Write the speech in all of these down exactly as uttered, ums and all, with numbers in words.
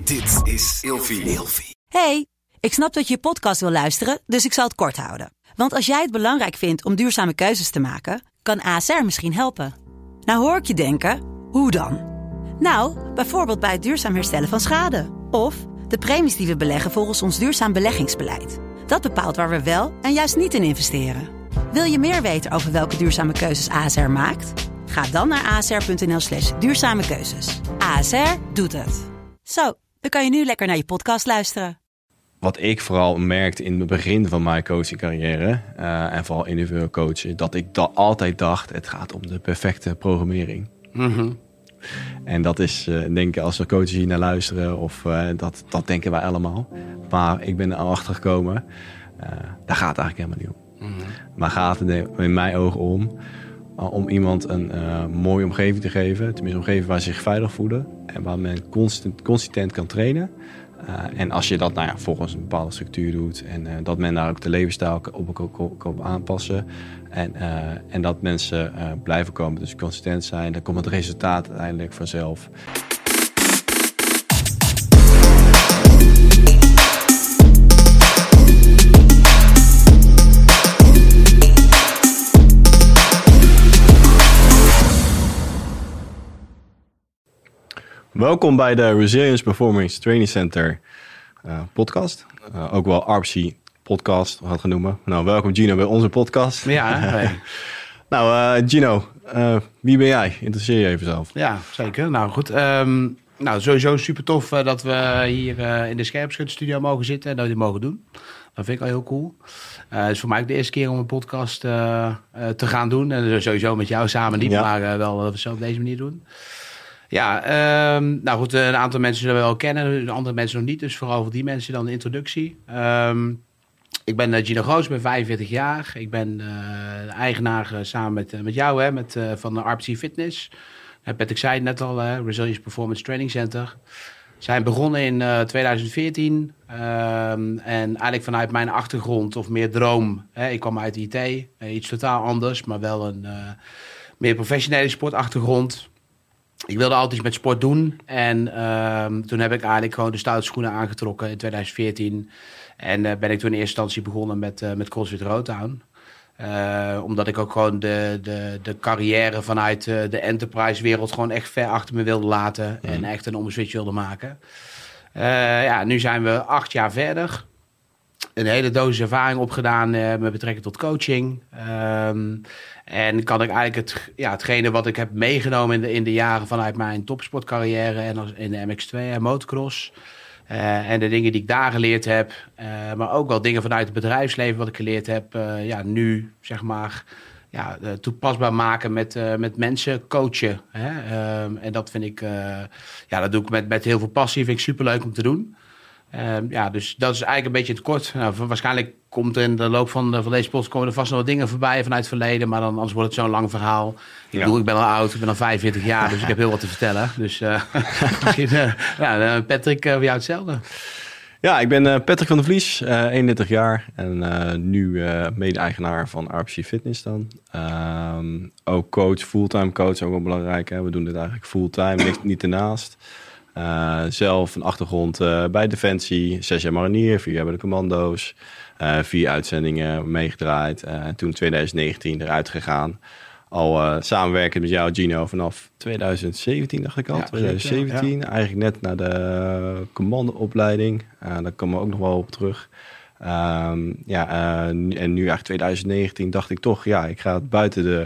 Dit is Ilfie. Hey, ik snap dat je je podcast wil luisteren, dus ik zal het kort houden. Want als jij het belangrijk vindt om duurzame keuzes te maken, kan A S R misschien helpen. Nou hoor ik je denken, hoe dan? Nou, bijvoorbeeld bij het duurzaam herstellen van schade. Of de premies die we beleggen volgens ons duurzaam beleggingsbeleid. Dat bepaalt waar we wel en juist niet in investeren. Wil je meer weten over welke duurzame keuzes A S R maakt? Ga dan naar asr.nl slash duurzame keuzes. A S R doet het. Zo, dan kan je nu lekker naar je podcast luisteren. Wat ik vooral merkte in het begin van mijn coachingcarrière, uh, en vooral individueel coachen, dat ik da- altijd dacht, het gaat om de perfecte programmering. Mm-hmm. En dat is, uh, denk ik, als we coaches hier naar luisteren, of uh, dat, dat denken wij allemaal. Maar ik ben er al achter gekomen, uh, daar gaat het eigenlijk helemaal niet om. Mm-hmm. Maar gaat het in mijn ogen om, uh, om iemand een uh, mooie omgeving te geven. Tenminste, een omgeving waar ze zich veilig voelen en waar men constant, consistent kan trainen. Uh, en als je dat nou ja, volgens een bepaalde structuur doet en uh, dat men daar ook de levensstijl op, op, op, op aanpassen en, uh, en dat mensen uh, blijven komen, dus consistent zijn, dan komt het resultaat uiteindelijk vanzelf. Welkom bij de Resilience Performance Training Center uh, podcast. Uh, ook wel R P C podcast, we gaan het gaan noemen. Nou, welkom Gino bij onze podcast. Ja, hey. nou uh, Gino, uh, wie ben jij? Interesseer je even zelf. Ja, zeker. Nou goed, um, nou sowieso super tof uh, dat we hier uh, in de Scherpschutstudio mogen zitten en dat we dit mogen doen. Dat vind ik al heel cool. Uh, het is voor mij ook de eerste keer om een podcast uh, uh, te gaan doen. En sowieso met jou samen niet, ja. maar uh, wel dat we het zo op deze manier doen. Ja, um, nou goed, een aantal mensen zullen we wel kennen, andere mensen nog niet. Dus vooral voor die mensen dan de introductie. Um, ik ben uh, Gino Groos, ben vijfenveertig jaar. Ik ben uh, de eigenaar uh, samen met, uh, met jou hè, met, uh, van de R P C Fitness. Uh, Patrick zei het net al, uh, Resilience Performance Training Center. We zijn begonnen in uh, twintig veertien. Um, en eigenlijk vanuit mijn achtergrond of meer droom. Hè, ik kwam uit I T, uh, iets totaal anders, maar wel een uh, meer professionele sportachtergrond. Ik wilde altijd iets met sport doen. En uh, toen heb ik eigenlijk gewoon de stoute schoenen aangetrokken in twintig veertien. En uh, ben ik toen in eerste instantie begonnen met, uh, met CrossFit Roadtown. Uh, omdat ik ook gewoon de, de, de carrière vanuit uh, de enterprise wereld gewoon echt ver achter me wilde laten. Mm. En echt een omswitch wilde maken. Uh, ja, nu zijn we acht jaar verder. Een hele dosis ervaring opgedaan uh, met betrekking tot coaching. Um, en kan ik eigenlijk het, ja, hetgene wat ik heb meegenomen in de, in de jaren vanuit mijn topsportcarrière en als, in de M X twee en motocross. Uh, en de dingen die ik daar geleerd heb. Uh, maar ook wel dingen vanuit het bedrijfsleven wat ik geleerd heb. Uh, ja, nu zeg maar ja, uh, toepasbaar maken met, uh, met mensen coachen. Hè? Um, en dat vind ik, uh, ja, dat doe ik met, met heel veel passie. Vind ik superleuk om te doen. Uh, ja, dus dat is eigenlijk een beetje het kort. Nou, waarschijnlijk komt er in de loop van, de, van deze podcast komen er vast nog wat dingen voorbij vanuit het verleden. Maar dan, anders wordt het zo'n lang verhaal. Ik ja. bedoel, ik ben al oud, ik ben al vijfenveertig jaar, dus ik heb heel wat te vertellen. Dus uh, misschien, uh, ja, Patrick, uh, voor jou hetzelfde. Ja, ik ben uh, Patrick van der Vlies, uh, eenendertig jaar en uh, nu uh, mede-eigenaar van R P C Fitness dan. Um, ook coach, fulltime coach, ook wel belangrijk. Hè? We doen dit eigenlijk fulltime, niet, niet ernaast. Uh, zelf een achtergrond uh, bij Defensie, zes jaar marinier, vier jaar bij de commando's, uh, vier uitzendingen meegedraaid. Uh, en toen twintig negentien eruit gegaan. Al uh, samenwerkend met jou, Gino, vanaf twintig zeventien dacht ik al. Ja, twintig zeventien, ja. Eigenlijk net na de commandoopleiding. Uh, daar komen we ook nog wel op terug. Um, ja, uh, en nu eigenlijk twintig negentien dacht ik toch, ja, ik ga het buiten de...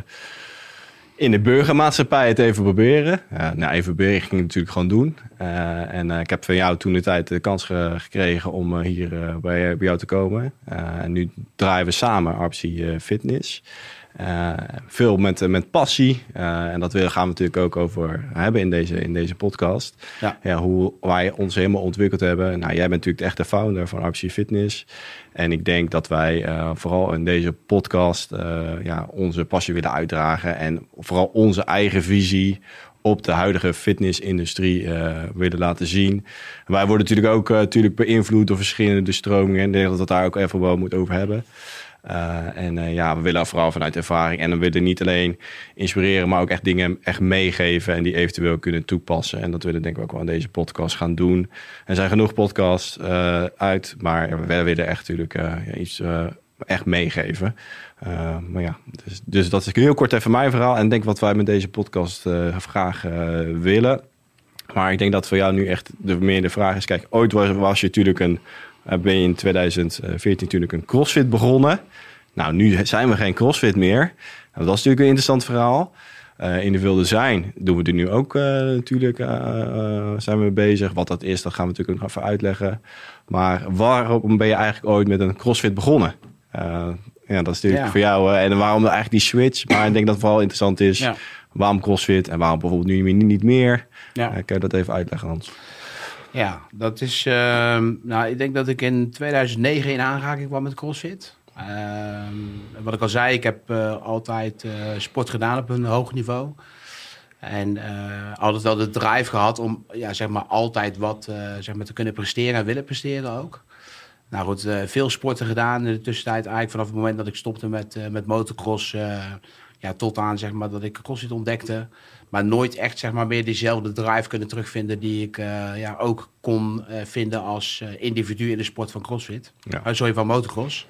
in de burgermaatschappij het even proberen. Uh, nou, even proberen ging ik natuurlijk gewoon doen. Uh, en uh, ik heb van jou toen de tijd de kans ge- gekregen om uh, hier uh, bij, bij jou te komen. Uh, en nu draaien we samen R P C uh, Fitness. Uh, veel met, uh, met passie. Uh, en dat willen, gaan we natuurlijk ook over hebben in deze, in deze podcast. Ja. Ja, hoe wij ons helemaal ontwikkeld hebben. Nou, jij bent natuurlijk de echte founder van R P C Fitness. En ik denk dat wij uh, vooral in deze podcast uh, ja, onze passie willen uitdragen. En vooral onze eigen visie op de huidige fitnessindustrie uh, willen laten zien. Wij worden natuurlijk ook uh, natuurlijk beïnvloed door verschillende stromingen. En ik denk dat we het daar ook even wel moeten over hebben. Uh, en uh, ja, we willen vooral vanuit ervaring. En dan willen we niet alleen inspireren, maar ook echt dingen echt meegeven en die eventueel kunnen toepassen. En dat willen we denk ik ook wel aan deze podcast gaan doen. Er zijn genoeg podcasts uh, uit, maar we willen echt natuurlijk uh, ja, iets uh, echt meegeven. Uh, maar ja, dus, dus dat is heel kort even mijn verhaal. En denk wat wij met deze podcast uh, graag uh, willen. Maar ik denk dat voor jou nu echt de, meer de vraag is... Kijk, ooit was, was je natuurlijk een... ben je in twintig veertien natuurlijk een CrossFit begonnen. Nou, nu zijn we geen CrossFit meer. Nou, dat is natuurlijk een interessant verhaal. Uh, in de wilde zijn doen we er nu ook uh, natuurlijk uh, uh, zijn we bezig. Wat dat is, dat gaan we natuurlijk nog even uitleggen. Maar waarom ben je eigenlijk ooit met een CrossFit begonnen? Uh, ja, dat is natuurlijk ja. voor jou. Uh, en waarom eigenlijk die switch? Maar ik denk dat het vooral interessant is. Ja. Waarom CrossFit en waarom bijvoorbeeld nu niet meer? Ja. Uh, kan je dat even uitleggen, Hans? Ja, dat is... Uh, nou, ik denk dat ik in tweeduizend negen in aanraking kwam met CrossFit. Uh, wat ik al zei, ik heb uh, altijd uh, sport gedaan op een hoog niveau. En uh, altijd wel de drive gehad om ja, zeg maar, altijd wat uh, zeg maar, te kunnen presteren en willen presteren ook. Nou goed, uh, veel sporten gedaan in de tussentijd. Eigenlijk vanaf het moment dat ik stopte met, uh, met motocross... Uh, ja, tot aan zeg maar, dat ik CrossFit ontdekte. Maar nooit echt zeg maar, meer diezelfde drive kunnen terugvinden... die ik uh, ja, ook kon uh, vinden als uh, individu in de sport van CrossFit. Ja. Uh, sorry, van motocross.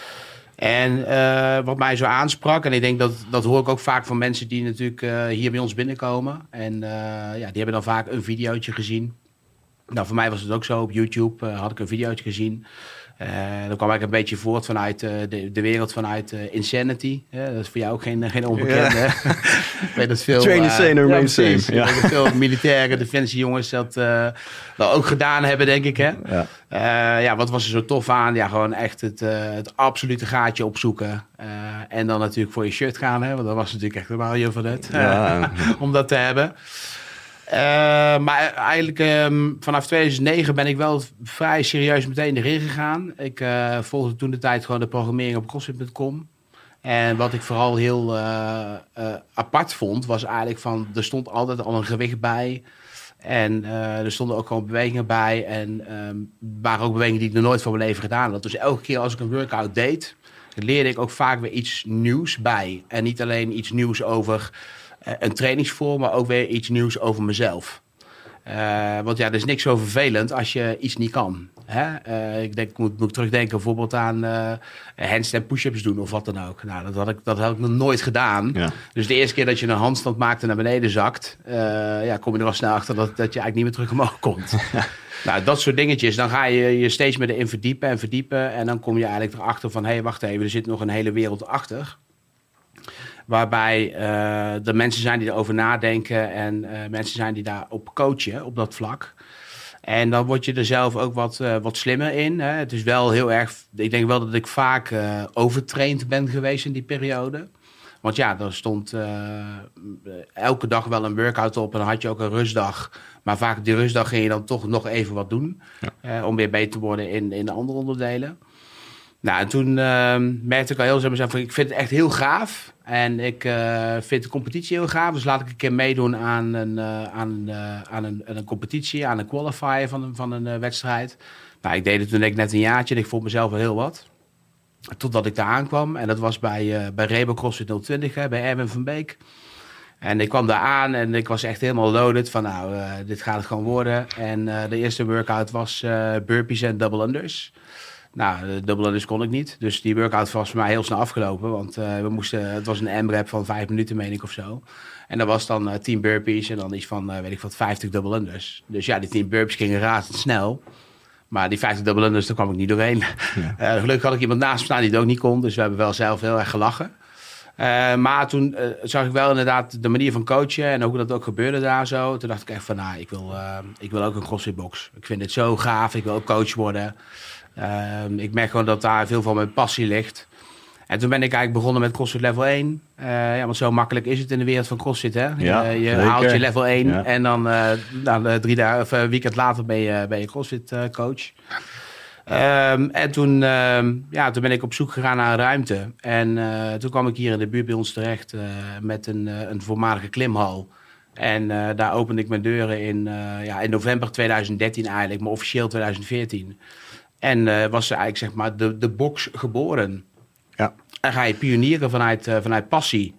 En uh, wat mij zo aansprak... en ik denk dat dat hoor ik ook vaak van mensen... die natuurlijk uh, hier bij ons binnenkomen. En uh, ja, die hebben dan vaak een videootje gezien. Nou, voor mij was het ook zo. Op YouTube uh, had ik een videootje gezien... Uh, dan kwam ik een beetje voort vanuit uh, de, de wereld vanuit uh, Insanity. Uh, dat is voor jou ook geen, geen onbekende. Ja. Ik weet dat veel... Train the same, uh, remain same. Ja. Ik weet dat veel militaire defensiejongens dat, uh, dat ook gedaan hebben, denk ik. Hè? Ja. Uh, ja, wat was er zo tof aan? Ja, gewoon echt het, uh, het absolute gaatje opzoeken. Uh, en dan natuurlijk voor je shirt gaan. Hè? Want dat was natuurlijk echt helemaal heel veel net. Ja. Om dat te hebben. Uh, maar eigenlijk um, vanaf tweeduizend negen ben ik wel vrij serieus meteen erin gegaan. Ik uh, volgde toen de tijd gewoon de programmering op crossfit punt com. En wat ik vooral heel uh, uh, apart vond, was eigenlijk van... er stond altijd al een gewicht bij. En uh, er stonden ook gewoon bewegingen bij. En um, waren ook bewegingen die ik nog nooit van mijn leven gedaan had. Dus elke keer als ik een workout deed, leerde ik ook vaak weer iets nieuws bij. En niet alleen iets nieuws over... Uh, een trainingsvorm, maar ook weer iets nieuws over mezelf. Uh, want ja, er is niks zo vervelend als je iets niet kan. Hè? Uh, ik denk, moet, moet terugdenken bijvoorbeeld aan uh, handstand push-ups doen of wat dan ook. Nou, dat had ik, dat had ik nog nooit gedaan. Ja. Dus de eerste keer dat je een handstand maakt en naar beneden zakt... Uh, ja, kom je er al snel achter dat, dat je eigenlijk niet meer terug omhoog komt. Ja. Nou, dat soort dingetjes. Dan ga je je steeds meer erin verdiepen en verdiepen. En dan kom je eigenlijk erachter van... hé, hey, wacht even, er zit nog een hele wereld achter... Waarbij uh, er mensen zijn die erover nadenken en uh, mensen zijn die daarop coachen, op dat vlak. En dan word je er zelf ook wat, uh, wat slimmer in. Hè. Het is wel heel erg... Ik denk wel dat ik vaak uh, overtraind ben geweest in die periode. Want ja, er stond uh, elke dag wel een workout op en dan had je ook een rustdag. Maar vaak op die rustdag ging je dan toch nog even wat doen. Ja. Uh, om weer beter te worden in, in de andere onderdelen. Nou, en toen uh, merkte ik al heel zelf, ik vind het echt heel gaaf. En ik uh, vind de competitie heel gaaf. Dus laat ik een keer meedoen aan een, uh, aan, uh, aan een, een competitie, aan een qualifier van een, van een uh, wedstrijd. Nou, ik deed het toen ik net een jaartje en ik vond mezelf wel heel wat. Totdat ik daar aankwam. En dat was bij, uh, bij Rebo CrossFit nul twintig, hè, bij Erwin van Beek. En ik kwam daar aan en ik was echt helemaal loaded van nou, uh, dit gaat het gewoon worden. En uh, de eerste workout was uh, burpees en double unders. Nou, de double unders kon ik niet. Dus die workout was voor mij heel snel afgelopen. Want uh, we moesten, het was een M-rep van vijf minuten, meen ik, of zo. En dat was dan uh, tien burpees en dan iets van, uh, weet ik wat, vijftig double unders. Dus ja, die tien burpees gingen razendsnel. Maar die vijftig double unders, daar kwam ik niet doorheen. Ja. Uh, gelukkig had ik iemand naast me staan die het ook niet kon. Dus we hebben wel zelf heel erg gelachen. Uh, maar toen uh, zag ik wel inderdaad de manier van coachen en ook hoe dat ook gebeurde daar zo. Toen dacht ik echt van, nou, ik wil, uh, ik wil ook een CrossFit box. Ik vind het zo gaaf, ik wil ook coach worden. Uh, ik merk gewoon dat daar veel van mijn passie ligt. En toen ben ik eigenlijk begonnen met CrossFit level één. Uh, ja, want zo makkelijk is het in de wereld van CrossFit, hè? Ja, uh, je zeker. haalt je level één ja. en dan uh, nou, drie dagen of een uh, weekend later ben je, ben je CrossFit uh, coach. Um, en toen, um, ja, toen ben ik op zoek gegaan naar een ruimte. En uh, toen kwam ik hier in de buurt bij ons terecht uh, met een, uh, een voormalige klimhal. En uh, daar opende ik mijn deuren in, uh, ja, in november tweeduizend dertien eigenlijk, maar officieel tweeduizend veertien. En uh, was er eigenlijk zeg maar de, de box geboren. Ja. En ga je pionieren vanuit, uh, vanuit passie.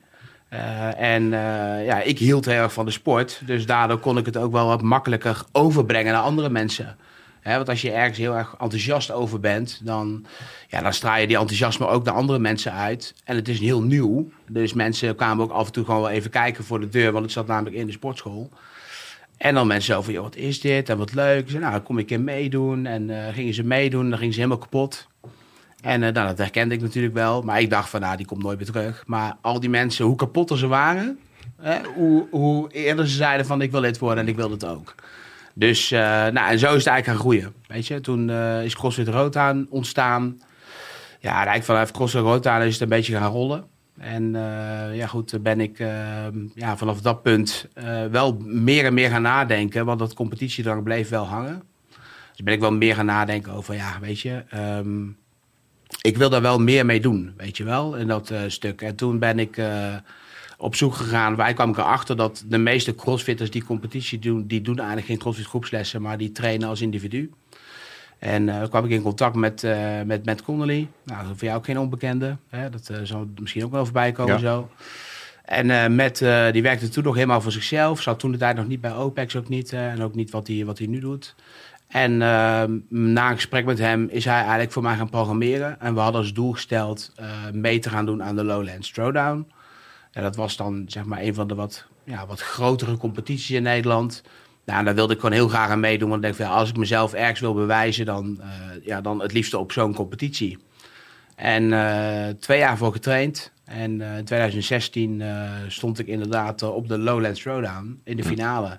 Uh, en uh, ja, ik hield heel erg van de sport. Dus daardoor kon ik het ook wel wat makkelijker overbrengen naar andere mensen. He, want als je ergens heel erg enthousiast over bent, dan, ja, dan straal je die enthousiasme ook naar andere mensen uit. En het is heel nieuw. Dus mensen kwamen ook af en toe gewoon wel even kijken voor de deur, want ik zat namelijk in de sportschool. En dan mensen zo van, joh, wat is dit? En wat leuk. Ze, nou, dan kom ik een keer meedoen. En uh, gingen ze meedoen en dan gingen ze helemaal kapot. En uh, nou, dat herkende ik natuurlijk wel. Maar ik dacht van, nou, die komt nooit meer terug. Maar al die mensen, hoe kapotter ze waren, hè, hoe, hoe eerder ze zeiden van, ik wil dit worden en ik wil het ook. Dus, uh, nou, en zo is het eigenlijk gaan groeien. Weet je, toen uh, is CrossFit Rotaan ontstaan. Ja, eigenlijk vanaf CrossFit Rotaan is het een beetje gaan rollen. En uh, ja, goed, ben ik uh, ja, vanaf dat punt uh, wel meer en meer gaan nadenken. Want dat competitiedrang bleef wel hangen. Dus ben ik wel meer gaan nadenken over, ja, weet je, um, ik wil daar wel meer mee doen, weet je wel, in dat uh, stuk. En toen ben ik uh, op zoek gegaan. Waar kwam ik erachter dat de meeste crossfitters die competitie doen, die doen eigenlijk geen crossfit groepslessen, maar die trainen als individu. En uh, kwam ik in contact met, uh, met Matt Connolly. Nou, voor jou ook geen onbekende. Hè? Dat uh, zal misschien ook wel voorbij komen. Ja. Zo. En uh, Matt, uh, die werkte toen nog helemaal voor zichzelf. Zat toen de tijd nog niet bij OPEX, ook niet. Uh, en ook niet wat hij wat hij nu doet. En uh, na een gesprek met hem is hij eigenlijk voor mij gaan programmeren. En we hadden als doel gesteld uh, mee te gaan doen aan de Lowlands Throwdown. En dat was dan zeg maar een van de wat, ja, wat grotere competities in Nederland. Nou, daar wilde ik gewoon heel graag aan meedoen. Want ik denk van, ja, als ik mezelf ergens wil bewijzen, dan, uh, ja, dan het liefste op zo'n competitie. En uh, twee jaar voor getraind. En uh, in twintig zestien uh, stond ik inderdaad uh, op de Lowlands Throwdown in de finale.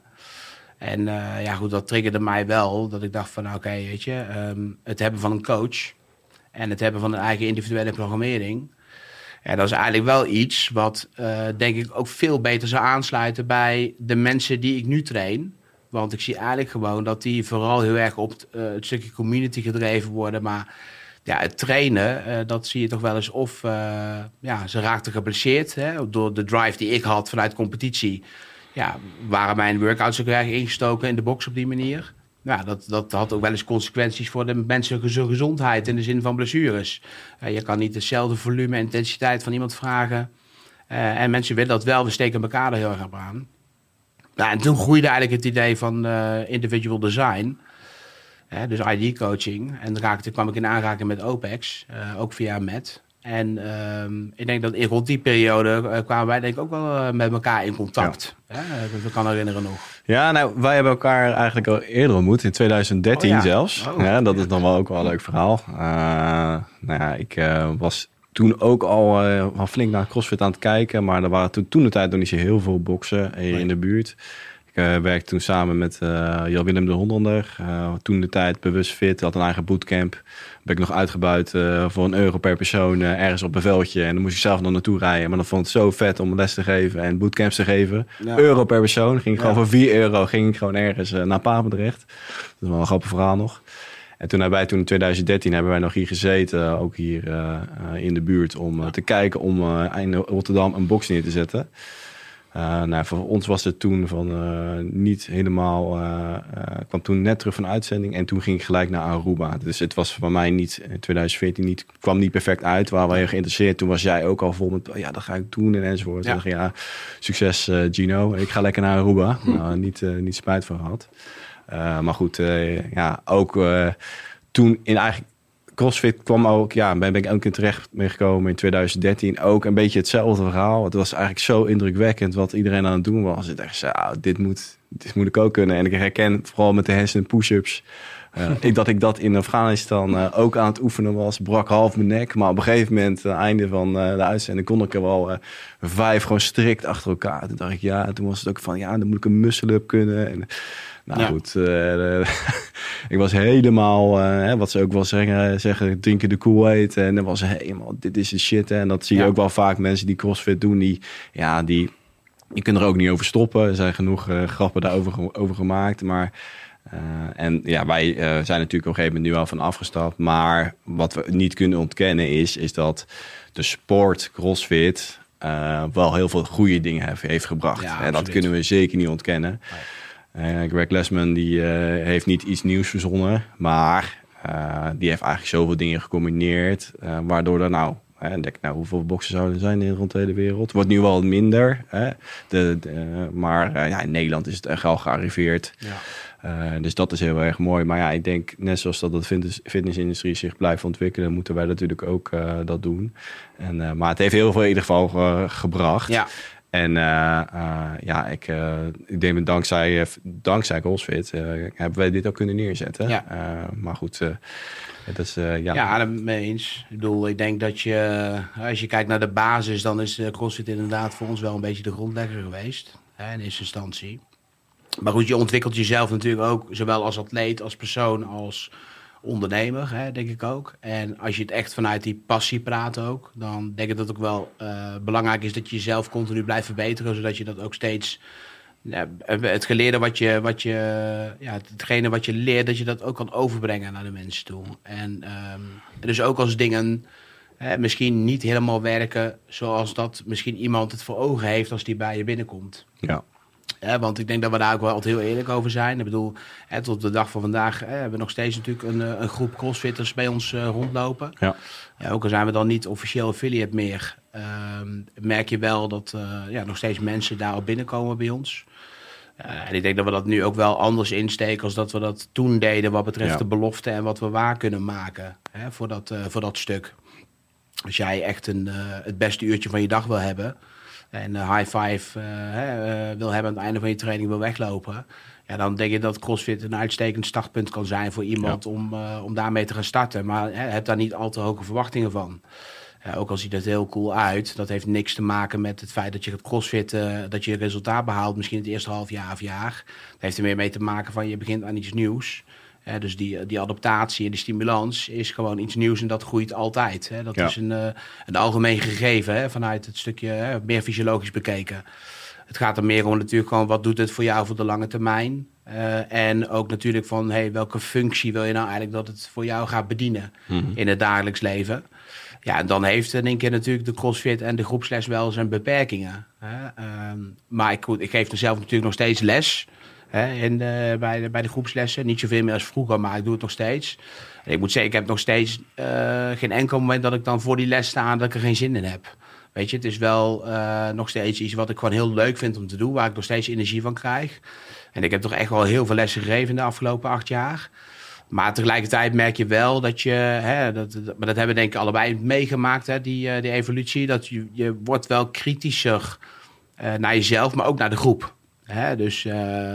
En uh, ja, goed, dat triggerde mij wel. Dat ik dacht van, oké, okay, weet je, um, het hebben van een coach en het hebben van een eigen individuele programmering. Ja, dat is eigenlijk wel iets wat, uh, denk ik, ook veel beter zou aansluiten bij de mensen die ik nu train. Want ik zie eigenlijk gewoon dat die vooral heel erg op het, uh, het stukje community gedreven worden. Maar ja, het trainen, uh, dat zie je toch wel eens of uh, ja, ze raakten geblesseerd. Hè, door de drive die ik had vanuit competitie. Ja, waren mijn workouts ook erg ingestoken in de box op die manier. Ja, dat, dat had ook wel eens consequenties voor de menselijke gezondheid in de zin van blessures. Uh, je kan niet hetzelfde volume en intensiteit van iemand vragen. Uh, en mensen willen dat wel, we steken elkaar er heel erg op aan. Ja, en toen groeide eigenlijk het idee van uh, individual design. Uh, dus I D-coaching. En raakte, kwam ik in aanraking met OPEX, uh, ook via Matt. En uh, ik denk dat in rond die periode uh, kwamen wij denk ik ook wel uh, met elkaar in contact. Ja. Uh, ik kan herinneren nog. Ja, nou, wij hebben elkaar eigenlijk al eerder ontmoet, in twintig dertien oh, ja. zelfs. Oh. Ja, dat is dan wel ook wel een leuk verhaal. Uh, nou ja, ik uh, was toen ook al uh, wel flink naar CrossFit aan het kijken. Maar er waren toen, toen de tijd nog niet zo heel veel boksen hier nee. in de buurt. Ik uh, werkte toen samen met uh, Jan-Willem de Hollander. Uh, toen de tijd bewust fit, had een eigen bootcamp. Ben ik nog uitgebuit uh, voor een euro per persoon uh, ergens op een veldje. En dan moest ik zelf nog naartoe rijden. Maar dan vond ik het zo vet om les te geven en bootcamps te geven. Ja. Euro per persoon. Ging ik ja. gewoon voor vier euro ging ik gewoon ergens uh, naar Papendrecht. Dat is wel een grappig verhaal nog. En toen hebben wij toen in twintig dertien hebben wij nog hier gezeten, ook hier uh, uh, in de buurt, om uh, te kijken om uh, in Rotterdam een box neer te zetten. Uh, nou, voor ons was het toen van uh, niet helemaal. Uh, uh, kwam toen net terug van uitzending en toen ging ik gelijk naar Aruba. Dus het was voor mij niet in twintig veertien niet, kwam niet perfect uit. Waar we heel geïnteresseerd. Toen was jij ook al vol met, oh ja, dat ga ik doen en enzovoort. Ja, ja succes uh, Gino. Ik ga lekker naar Aruba. Nou, niet, uh, niet spijt van gehad. Uh, maar goed, uh, ja, ook uh, toen in eigenlijk CrossFit kwam ook, ja, ben, ben ik ook keer terecht mee gekomen in twintig dertien. Ook een beetje hetzelfde verhaal. Het was eigenlijk zo indrukwekkend wat iedereen aan het doen was. Ik dacht, ja, dit moet, dit moet ik ook kunnen. En ik herken vooral met de handstand push-ups. Uh, ik, dat ik dat in Afghanistan uh, ook aan het oefenen was. Brak half mijn nek. Maar op een gegeven moment, aan het einde van uh, de uitzending, kon ik er wel uh, vijf gewoon strikt achter elkaar. Toen dacht ik, ja, en toen was het ook van, ja, dan moet ik een muscle-up kunnen. En, nou ja. goed, uh, uh, ik was helemaal, uh, wat ze ook wel zeggen, zeggen drinken de Kool-Aid. En dan was helemaal, dit is de shit. Hè. En dat zie je ja. ook wel vaak, mensen die CrossFit doen, die, ja, die, die kunnen er ook niet over stoppen. Er zijn genoeg uh, grappen daarover over gemaakt, maar... Uh, en ja, wij uh, zijn natuurlijk op een gegeven moment nu al van afgestapt. Maar wat we niet kunnen ontkennen is, is dat de sport CrossFit uh, wel heel veel goede dingen heeft, heeft gebracht. Ja, en dat kunnen we zeker niet ontkennen. Nee. Uh, Greg Glassman die uh, heeft niet iets nieuws verzonnen, maar uh, die heeft eigenlijk zoveel dingen gecombineerd, uh, waardoor er nou Hè, en denk, nou, hoeveel boksen zouden er zijn in rond de hele wereld? Het wordt nu wel minder. Hè? De, de, maar uh, ja, in Nederland is het echt al gearriveerd. Ja. Uh, dus dat is heel erg mooi. Maar ja, ik denk, net zoals dat de fitness, fitnessindustrie zich blijft ontwikkelen, moeten wij natuurlijk ook uh, dat doen. En, uh, maar het heeft heel veel in ieder geval uh, gebracht. Ja. En uh, uh, ja, ik, uh, ik denk dat dankzij, uh, dankzij CrossFit uh, hebben wij dit ook kunnen neerzetten. Ja. Uh, maar goed, uh, dat is... Uh, ja, ja, mee eens. Ik bedoel, ik denk dat je, als je kijkt naar de basis, dan is CrossFit inderdaad voor ons wel een beetje de grondlegger geweest. Hè, in eerste instantie. Maar goed, je ontwikkelt jezelf natuurlijk ook, zowel als atleet, als persoon, als ondernemer, hè, denk ik ook. En als je het echt vanuit die passie praat ook, dan denk ik dat het ook wel uh, belangrijk is dat je jezelf continu blijft verbeteren, zodat je dat ook steeds, ja, het geleerde wat je, wat je, ja, hetgene wat je leert, dat je dat ook kan overbrengen naar de mensen toe. En um, dus ook als dingen hè, misschien niet helemaal werken zoals dat misschien iemand het voor ogen heeft als die bij je binnenkomt. Ja. Ja, want ik denk dat we daar ook wel altijd heel eerlijk over zijn. Ik bedoel, hè, tot de dag van vandaag hè, hebben we nog steeds natuurlijk een, een groep crossfitters bij ons uh, rondlopen. Ja. Ja, ook al zijn we dan niet officieel affiliate meer, uh, merk je wel dat uh, ja, nog steeds mensen daarop binnenkomen bij ons. Uh, en ik denk dat we dat nu ook wel anders insteken als dat we dat toen deden wat betreft ja. de belofte en wat we waar kunnen maken hè, voor, dat, uh, voor dat stuk. Als jij echt een, uh, het beste uurtje van je dag wil hebben en een high five uh, uh, wil hebben aan het einde van je training, wil weglopen, ja, dan denk ik dat CrossFit een uitstekend startpunt kan zijn voor iemand ja. om, uh, om daarmee te gaan starten. Maar uh, heb daar niet al te hoge verwachtingen van. Uh, ook al ziet het heel cool uit, dat heeft niks te maken met het feit dat je het CrossFitten, dat je resultaat behaalt, misschien het eerste half jaar of jaar. Het heeft er meer mee te maken van je begint aan iets nieuws. Uh, dus die, die adaptatie en die stimulans is gewoon iets nieuws en dat groeit altijd. Hè. Dat ja. is een, uh, een algemeen gegeven hè, vanuit het stukje hè, meer fysiologisch bekeken. Het gaat er meer om natuurlijk gewoon wat doet het voor jou voor de lange termijn. Uh, en ook natuurlijk van hey, welke functie wil je nou eigenlijk dat het voor jou gaat bedienen mm-hmm. in het dagelijks leven. Ja, en dan heeft in één keer natuurlijk de CrossFit en de groepsles wel zijn beperkingen. Hè. Um, maar ik, ik geef er zelf natuurlijk nog steeds les. Hè, in de, bij, de, bij de groepslessen. Niet zoveel meer als vroeger, maar ik doe het nog steeds. En ik moet zeggen, ik heb nog steeds uh, geen enkel moment dat ik dan voor die les sta dat ik er geen zin in heb. Weet je, het is wel uh, nog steeds iets wat ik gewoon heel leuk vind om te doen, waar ik nog steeds energie van krijg. En ik heb toch echt wel heel veel lessen gegeven in de afgelopen acht jaar. Maar tegelijkertijd merk je wel dat je, hè, dat, dat, maar dat hebben we denk ik allebei meegemaakt, hè, die, uh, die evolutie, dat je, je wordt wel kritischer uh, naar jezelf, maar ook naar de groep. Hè, dus, uh,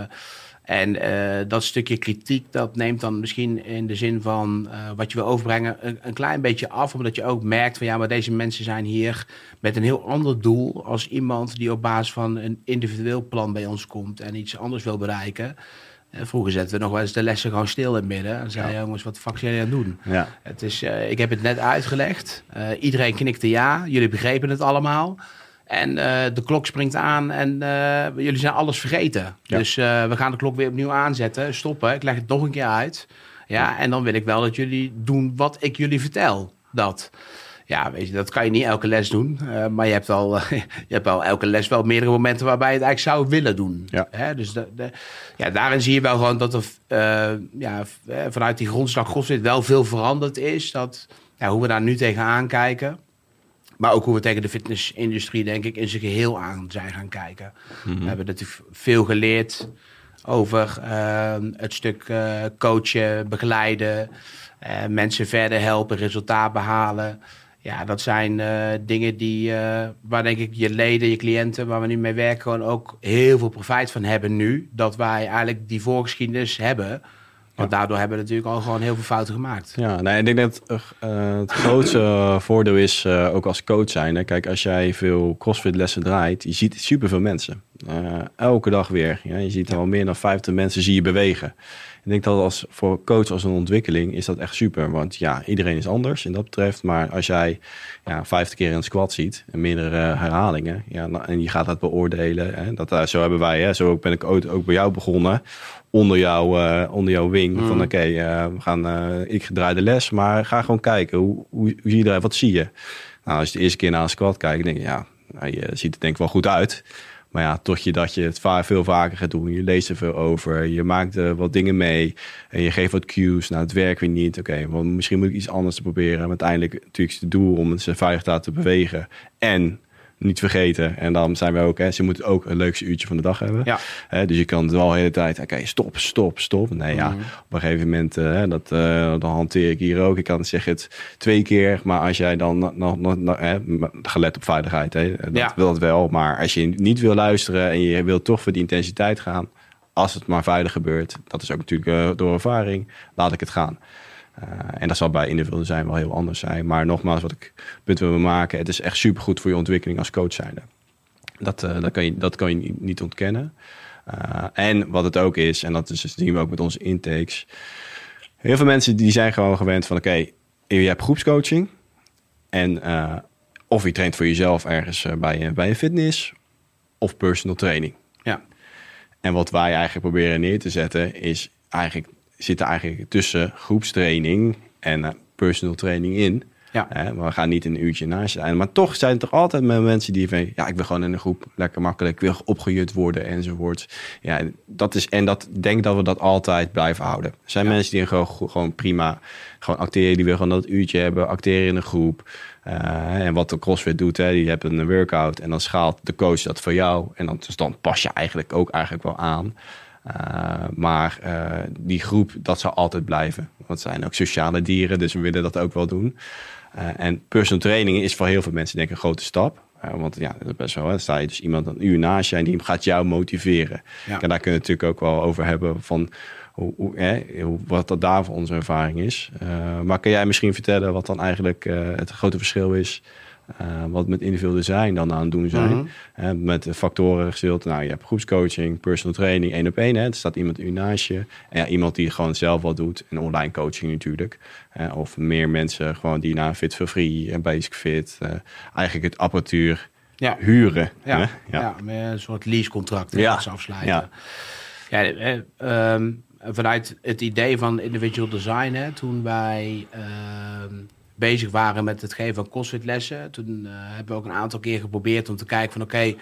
en uh, dat stukje kritiek, dat neemt dan misschien in de zin van uh, wat je wil overbrengen een, een klein beetje af. Omdat je ook merkt van ja, maar deze mensen zijn hier met een heel ander doel als iemand die op basis van een individueel plan bij ons komt en iets anders wil bereiken. Uh, vroeger zetten we nog wel eens de lessen gewoon stil in het midden. En zeiden ja. jongens, wat de fuck zijn jullie aan het doen? Ja. Het is, uh, ik heb het net uitgelegd. Uh, iedereen knikte ja, jullie begrepen het allemaal. En uh, de klok springt aan en uh, jullie zijn alles vergeten. Ja. Dus uh, we gaan de klok weer opnieuw aanzetten, stoppen. Ik leg het nog een keer uit. Ja, en dan wil ik wel dat jullie doen wat ik jullie vertel. Dat. Ja, weet je, dat kan je niet elke les doen. Uh, maar je hebt, wel, uh, je hebt wel elke les wel meerdere momenten waarbij je het eigenlijk zou willen doen. Ja. Hè? Dus de, de, ja, daarin zie je wel gewoon dat er uh, ja, vanuit die grondslag CrossFit wel veel veranderd is. Dat, ja, hoe we daar nu tegenaan kijken. Maar ook hoe we tegen de fitnessindustrie, denk ik, in zijn geheel aan zijn gaan kijken. Mm-hmm. We hebben natuurlijk veel geleerd over uh, het stuk uh, coachen, begeleiden, uh, mensen verder helpen, resultaat behalen. Ja, dat zijn uh, dingen die, uh, waar denk ik je leden, je cliënten, waar we nu mee werken, gewoon ook heel veel profijt van hebben nu. Dat wij eigenlijk die voorgeschiedenis hebben. Want ja. daardoor hebben we natuurlijk al gewoon heel veel fouten gemaakt. Ja, nee, ik denk dat uh, het grootste uh, voordeel is, uh, ook als coach zijn. Hè. Kijk, als jij veel CrossFit lessen draait, je ziet superveel mensen. Uh, elke dag weer. Ja. Je ziet ja. al meer dan vijftig mensen zie je bewegen. Ik denk dat als voor coach als een ontwikkeling is dat echt super. Want ja, iedereen is anders in dat betreft. Maar als jij ja, vijftig keer een squat ziet en meerdere herhalingen. Ja, en je gaat dat beoordelen. Hè, dat, uh, zo hebben wij, hè, zo ben ik ook, ook bij jou begonnen. Onder, jou, uh, onder jouw wing. Mm. Van oké, okay, uh, we gaan, uh, ik draai de les. Maar ga gewoon kijken. Hoe, hoe, hoe zie je eruit? Wat zie je? Nou, als je de eerste keer naar een squat kijkt, denk je, ja, nou, je ziet het denk ik wel goed uit. Maar ja, tot je dat je het va- veel vaker gaat doen. Je leest er veel over. Je maakt uh, wat dingen mee. En je geeft wat cues. Nou, het werkt weer niet. Oké, okay, misschien moet ik iets anders te proberen. Maar uiteindelijk natuurlijk is het doel om het veilig te laten bewegen. En niet vergeten. En dan zijn we ook, hè, ze moeten ook een leukste uurtje van de dag hebben. Ja. Hè, dus je kan het wel de hele tijd, oké, okay, stop, stop, stop. Nee, ja, mm-hmm. op een gegeven moment, uh, dat, uh, dan hanteer ik hier ook. Ik kan zeggen het twee keer, maar als jij dan nog, nog, nog hè, gelet op veiligheid, hè, dat ja. wil het wel. Maar als je niet wil luisteren en je wil toch voor die intensiteit gaan, als het maar veilig gebeurt, dat is ook natuurlijk uh, door ervaring, laat ik het gaan. Uh, en dat zal bij individueel zijn wel heel anders zijn. Maar nogmaals, wat ik punt wil maken, het is echt supergoed voor je ontwikkeling als coach zijnde. Dat, uh, dat, kan je, dat kan je niet ontkennen. Uh, en wat het ook is, en dat is, zien we ook met onze intakes. Heel veel mensen die zijn gewoon gewend van oké, okay, je hebt groepscoaching. En uh, of je traint voor jezelf ergens uh, bij, bij een fitness of personal training. Ja. En wat wij eigenlijk proberen neer te zetten is eigenlijk zit er eigenlijk tussen groepstraining en uh, personal training in. Ja. Uh, maar we gaan niet een uurtje naast je eindigen. Maar toch zijn er toch altijd mensen die van, ja, ik wil gewoon in een groep lekker makkelijk, ik wil opgejut worden enzovoort. Ja, dat is, en dat denk dat we dat altijd blijven houden. Er zijn ja. mensen die gewoon, gewoon prima gewoon acteren, die willen gewoon dat uurtje hebben, acteren in een groep. Uh, en wat de CrossFit doet, hè, die hebben een workout en dan schaalt de coach dat voor jou. En dan, dus dan pas je eigenlijk ook eigenlijk wel aan. Uh, maar uh, die groep, dat zal altijd blijven. Want het zijn ook sociale dieren, dus we willen dat ook wel doen. Uh, en personal training is voor heel veel mensen denk ik een grote stap. Uh, want ja, dat is best wel. Dan sta je dus iemand een uur naast je en die gaat jou motiveren. Ja. En daar kunnen we het natuurlijk ook wel over hebben van hoe, hoe, hè, hoe, wat dat daar voor onze ervaring is. Uh, maar kan jij misschien vertellen wat dan eigenlijk uh, het grote verschil is? Uh, wat met individueel design dan aan het doen zijn. Mm-hmm. Uh, met de factoren gedeeld. Nou, je hebt groepscoaching, personal training, één op één. Hè. Er staat iemand u naast je. En ja, iemand die gewoon zelf wat doet. En online coaching natuurlijk. Uh, of meer mensen gewoon die naar Fit for Free en Basic Fit. Uh, eigenlijk het apparatuur ja. huren. Ja, hè? ja. ja, met een soort leasecontract ja. afsluiten. Ja. Ja, eh, um, vanuit het idee van individual design, hè, toen wij Uh, bezig waren met het geven van CrossFit-lessen. Toen uh, hebben we ook een aantal keer geprobeerd om te kijken van oké, okay,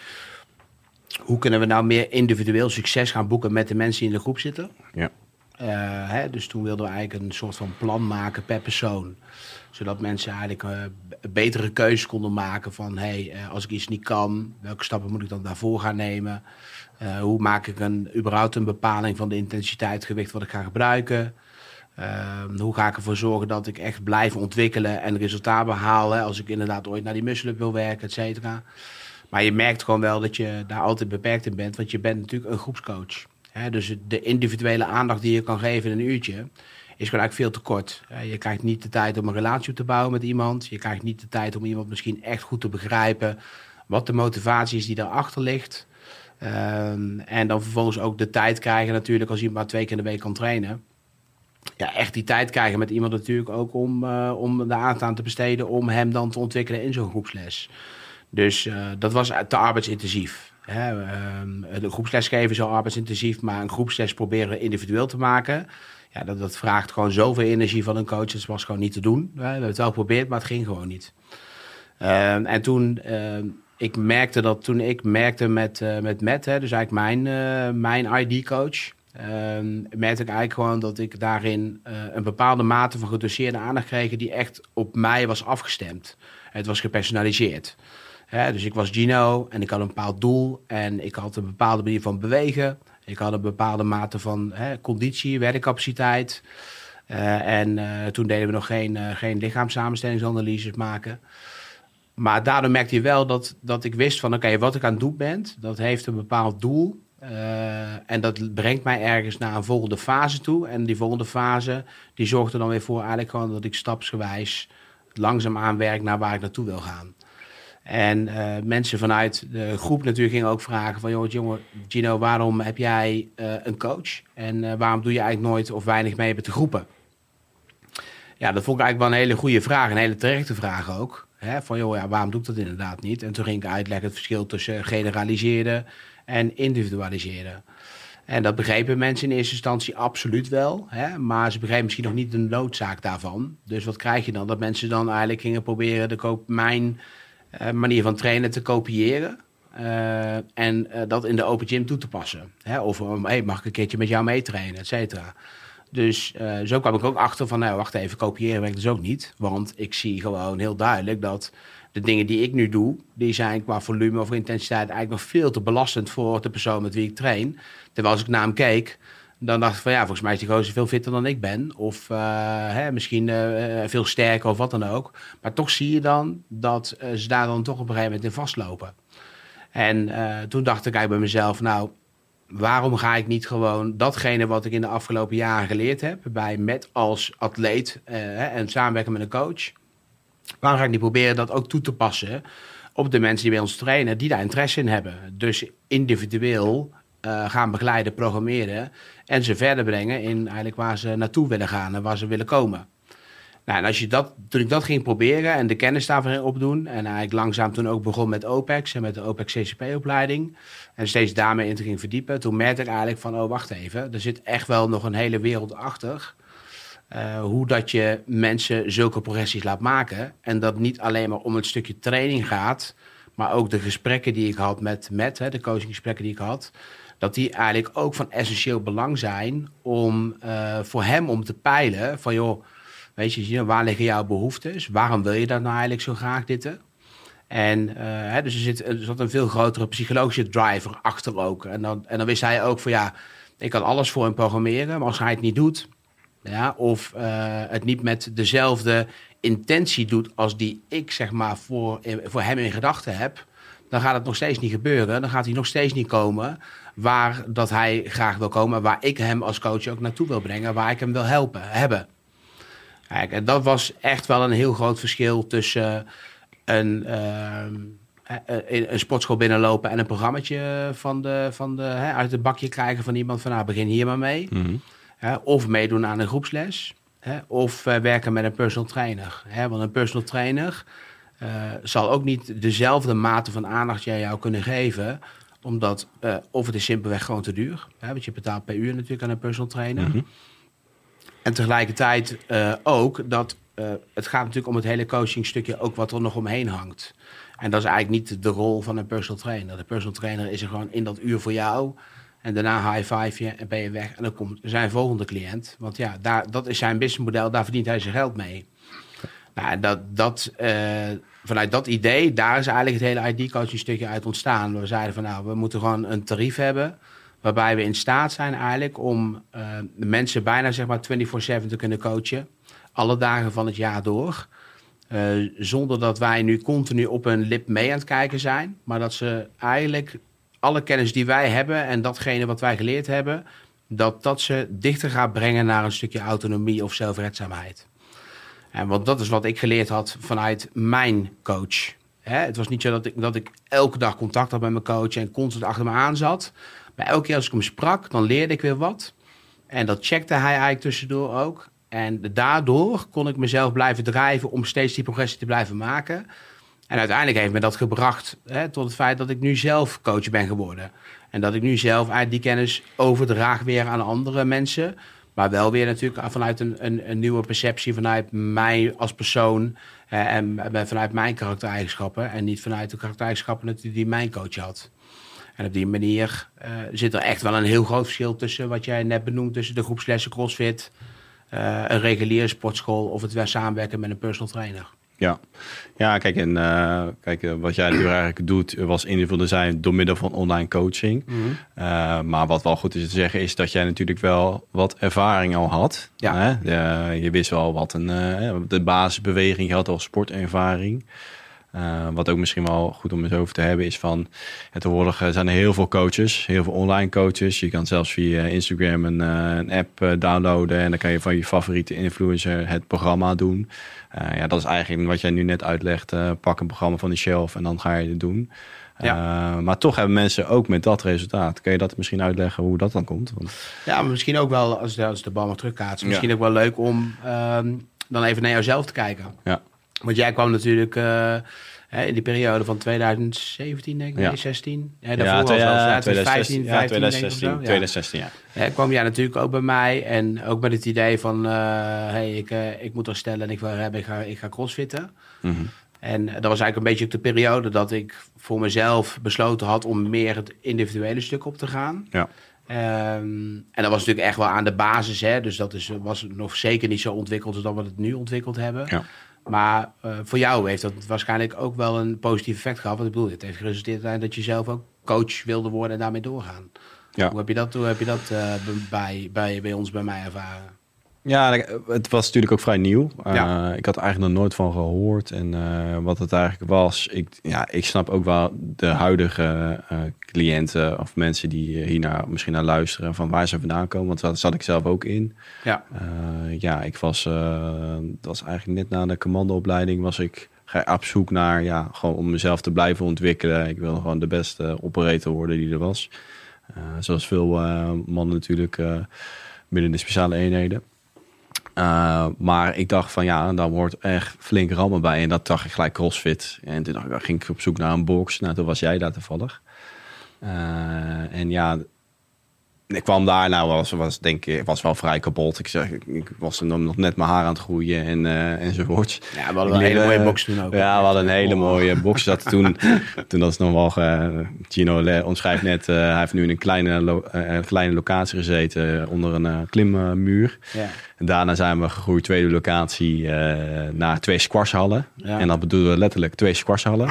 hoe kunnen we nou meer individueel succes gaan boeken met de mensen die in de groep zitten. Ja. Uh, hè, dus toen wilden we eigenlijk een soort van plan maken per persoon. Zodat mensen eigenlijk uh, betere keuzes konden maken van hey, uh, als ik iets niet kan, welke stappen moet ik dan daarvoor gaan nemen? Uh, hoe maak ik een, überhaupt een bepaling van de intensiteit, gewicht wat ik ga gebruiken? Uh, hoe ga ik ervoor zorgen dat ik echt blijf ontwikkelen en resultaat behaal hè, als ik inderdaad ooit naar die muscle-up wil werken, et cetera. Maar je merkt gewoon wel dat je daar altijd beperkt in bent, want je bent natuurlijk een groepscoach. Hè, dus de individuele aandacht die je kan geven in een uurtje is gewoon eigenlijk veel te kort. Uh, je krijgt niet de tijd om een relatie op te bouwen met iemand. Je krijgt niet de tijd om iemand misschien echt goed te begrijpen wat de motivatie is die daarachter ligt. Uh, en dan vervolgens ook de tijd krijgen natuurlijk als iemand maar twee keer in de week kan trainen. Ja, echt die tijd krijgen met iemand natuurlijk ook om, uh, om de aandacht aan te besteden om hem dan te ontwikkelen in zo'n groepsles. Dus uh, dat was te arbeidsintensief. Hè. Uh, de groepsles geven is al arbeidsintensief, maar een groepsles proberen individueel te maken. Ja, dat, dat vraagt gewoon zoveel energie van een coach. Dat was gewoon niet te doen. We hebben het wel geprobeerd, maar het ging gewoon niet. Uh, en toen, uh, ik merkte dat toen ik merkte met, uh, met Matt, hè, dus eigenlijk mijn, uh, mijn I D-coach, Uh, merkte ik eigenlijk gewoon dat ik daarin uh, een bepaalde mate van gedoseerde aandacht kreeg die echt op mij was afgestemd. Het was gepersonaliseerd. Hè, dus ik was Gino en ik had een bepaald doel en ik had een bepaalde manier van bewegen. Ik had een bepaalde mate van hè, conditie, werkcapaciteit. Uh, en uh, toen deden we nog geen, uh, geen lichaamssamenstellingsanalyses maken. Maar daardoor merkte je wel dat, dat ik wist van oké, okay, wat ik aan het doen ben, dat heeft een bepaald doel. Uh, en dat brengt mij ergens naar een volgende fase toe. En die volgende fase, die zorgt er dan weer voor eigenlijk gewoon dat ik stapsgewijs langzaam aanwerk naar waar ik naartoe wil gaan. En uh, mensen vanuit de groep natuurlijk gingen ook vragen van joh, jongen, Gino, waarom heb jij uh, een coach? En uh, waarom doe je eigenlijk nooit of weinig mee met de groepen? Ja, dat vond ik eigenlijk wel een hele goede vraag, een hele terechte vraag ook. Hè? Van joh, ja, waarom doe ik dat inderdaad niet? En toen ging ik uitleggen het verschil tussen generaliseren en individualiseren. En dat begrepen mensen in eerste instantie absoluut wel. Hè? Maar ze begrepen misschien nog niet de noodzaak daarvan. Dus wat krijg je dan? Dat mensen dan eigenlijk gingen proberen de koop, mijn uh, manier van trainen te kopiëren. Uh, en uh, dat in de open gym toe te passen. Hè? Of um, hey, mag ik een keertje met jou meetrainen, et cetera. Dus uh, zo kwam ik ook achter van, nou wacht even, kopiëren werkt dus ook niet. Want ik zie gewoon heel duidelijk dat de dingen die ik nu doe, die zijn qua volume of intensiteit eigenlijk nog veel te belastend voor de persoon met wie ik train. Terwijl als ik naar hem keek, dan dacht ik van ja, volgens mij is die gozer veel fitter dan ik ben. Of uh, hè, misschien uh, veel sterker of wat dan ook. Maar toch zie je dan dat uh, ze daar dan toch op een gegeven moment in vastlopen. En uh, toen dacht ik eigenlijk bij mezelf, nou, waarom ga ik niet gewoon datgene wat ik in de afgelopen jaren geleerd heb, bij met als atleet uh, en samenwerken met een coach, waarom ga ik niet proberen dat ook toe te passen op de mensen die bij ons trainen, die daar interesse in hebben. Dus individueel uh, gaan begeleiden, programmeren en ze verder brengen in eigenlijk waar ze naartoe willen gaan en waar ze willen komen. Nou, en als je dat, toen ik dat ging proberen en de kennis daarvan ging opdoen, en eigenlijk langzaam toen ook begon met O P E X en met de O P E X C C P-opleiding, en steeds daarmee in te ging verdiepen, toen merkte ik eigenlijk van, oh wacht even, er zit echt wel nog een hele wereld achter. Uh, hoe dat je mensen zulke progressies laat maken. En dat niet alleen maar om het stukje training gaat, maar ook de gesprekken die ik had met Matt, hè, de coachinggesprekken die ik had, dat die eigenlijk ook van essentieel belang zijn om uh, voor hem om te peilen van joh, weet je, waar liggen jouw behoeftes? Waarom wil je dat nou eigenlijk zo graag dit? En uh, hè, dus er zit, er zat een veel grotere psychologische driver achter ook. En dan, en dan wist hij ook van ja, ik kan alles voor hem programmeren, maar als hij het niet doet, ja, of uh, het niet met dezelfde intentie doet als die ik zeg maar voor, voor hem in gedachten heb, dan gaat het nog steeds niet gebeuren. Dan gaat hij nog steeds niet komen waar dat hij graag wil komen, waar ik hem als coach ook naartoe wil brengen, waar ik hem wil helpen, hebben. Kijk, en dat was echt wel een heel groot verschil tussen een, uh, een sportschool binnenlopen en een programmaatje van de, van de, hè, uit het bakje krijgen van iemand van nou, begin hier maar mee. Mm-hmm. Hè, of meedoen aan een groepsles. Hè, of uh, werken met een personal trainer. Hè, want een personal trainer uh, zal ook niet dezelfde mate van aandacht jij jou kunnen geven, omdat uh, of het is simpelweg gewoon te duur. Hè, want je betaalt per uur natuurlijk aan een personal trainer. Mm-hmm. En tegelijkertijd uh, ook dat uh, het gaat natuurlijk om het hele coachingstukje ook wat er nog omheen hangt. En dat is eigenlijk niet de rol van een personal trainer. De personal trainer is er gewoon in dat uur voor jou. En daarna high five je en ben je weg. En dan komt zijn volgende cliënt. Want ja, daar, dat is zijn businessmodel. Daar verdient hij zijn geld mee. Nou, dat, dat, uh, vanuit dat idee, daar is eigenlijk het hele I D-coaching stukje uit ontstaan. We zeiden van nou, we moeten gewoon een tarief hebben waarbij we in staat zijn eigenlijk om uh, de mensen bijna zeg maar vierentwintig zeven te kunnen coachen. Alle dagen van het jaar door. Uh, zonder dat wij nu continu op hun lip mee aan het kijken zijn. Maar dat ze eigenlijk alle kennis die wij hebben en datgene wat wij geleerd hebben, dat dat ze dichter gaat brengen naar een stukje autonomie of zelfredzaamheid. En want dat is wat ik geleerd had vanuit mijn coach. Hè, het was niet zo dat ik, dat ik elke dag contact had met mijn coach en constant achter me aan zat. Maar elke keer als ik hem sprak, dan leerde ik weer wat. En dat checkte hij eigenlijk tussendoor ook. En daardoor kon ik mezelf blijven drijven om steeds die progressie te blijven maken. En uiteindelijk heeft me dat gebracht hè, tot het feit dat ik nu zelf coach ben geworden. En dat ik nu zelf eigenlijk die kennis overdraag weer aan andere mensen. Maar wel weer natuurlijk vanuit een, een, een nieuwe perceptie vanuit mij als persoon. Eh, en vanuit mijn karaktereigenschappen. En niet vanuit de karaktereigenschappen die mijn coach had. En op die manier uh, zit er echt wel een heel groot verschil tussen wat jij net benoemt. Tussen de groepslessen CrossFit, uh, een reguliere sportschool of het weer samenwerken met een personal trainer. Ja, ja kijk, en uh, kijk, uh, wat jij nu eigenlijk doet was individueel design door middel van online coaching. Mm-hmm. Uh, maar wat wel goed is te zeggen is dat jij natuurlijk wel wat ervaring al had. Ja. Hè? Uh, je wist wel wat een uh, de basisbeweging, je had al sportervaring. Uh, wat ook misschien wel goed om eens over te hebben is van ja, tegenwoordig zijn er heel veel coaches, heel veel online coaches. Je kan zelfs via Instagram een, uh, een app uh, downloaden en dan kan je van je favoriete influencer het programma doen. Uh, ja, dat is eigenlijk wat jij nu net uitlegt. Uh, pak een programma van de shelf en dan ga je het doen. Ja. Uh, maar toch hebben mensen ook met dat resultaat. Kun je dat misschien uitleggen hoe dat dan komt? Want... Ja, maar misschien ook wel, als de, als de bal maar terugkaatst, misschien ja. ook wel leuk om uh, dan even naar jouzelf te kijken. Ja. Want jij kwam natuurlijk uh, in die periode van twintig zeventien, denk ik, ja. nee, zestien. Ja, daarvoor ja, was ja, ja, twintig zestien, vijftien, vijftien, ja, twintig zestien, denk ik, ja. twintig zestien, ja. Ja, kwam jij natuurlijk ook bij mij en ook met het idee van, uh, hey, ik, uh, ik moet er stellen en ik wil hebben, ik ga, ik ga crossfitten. Mm-hmm. En dat was eigenlijk een beetje ook de periode dat ik voor mezelf besloten had om meer het individuele stuk op te gaan. Ja. Um, en dat was natuurlijk echt wel aan de basis. Hè? Dus dat is, was nog zeker niet zo ontwikkeld als dat we het nu ontwikkeld hebben. Ja. Maar uh, voor jou heeft dat waarschijnlijk ook wel een positief effect gehad. Want ik bedoel, het heeft geresulteerd in dat je zelf ook coach wilde worden en daarmee doorgaan. Ja. Hoe heb je dat, hoe heb je dat uh, bij, bij, bij ons, bij mij ervaren? Ja, het was natuurlijk ook vrij nieuw. Ja. Uh, ik had er eigenlijk nog nooit van gehoord. En uh, wat het eigenlijk was... Ik, ja, ik snap ook wel de huidige uh, cliënten of mensen die hiernaar misschien naar luisteren... van waar ze vandaan komen. Want daar zat ik zelf ook in. Ja, uh, ja ik was, uh, dat was eigenlijk net na de commandoopleiding... was ik op zoek naar, ja, gewoon om mezelf te blijven ontwikkelen. Ik wilde gewoon de beste operator worden die er was. Uh, zoals veel uh, mannen natuurlijk uh, binnen de speciale eenheden. Uh, maar ik dacht van ja, daar wordt echt flink rammen bij. En dat dacht ik gelijk CrossFit. En toen dacht ik, ging ik op zoek naar een box. Nou, toen was jij daar toevallig. Uh, en ja, ik kwam daar, nou was, was denk ik, was wel vrij kapot. Ik zeg, ik, ik was er nog net mijn haar aan het groeien en uh, enzovoorts. Ja, we hadden een hele mooie box toen ook. Ja, we hadden een hele mooie box. Dat toen, toen dat is nog wel, uh, Gino omschrijft net, uh, hij heeft nu in een kleine, lo, uh, kleine locatie gezeten onder een uh, klimmuur. Ja. En daarna zijn we gegroeid tweede locatie uh, naar twee squashhallen. Ja. En dat bedoelen we letterlijk twee squashhallen.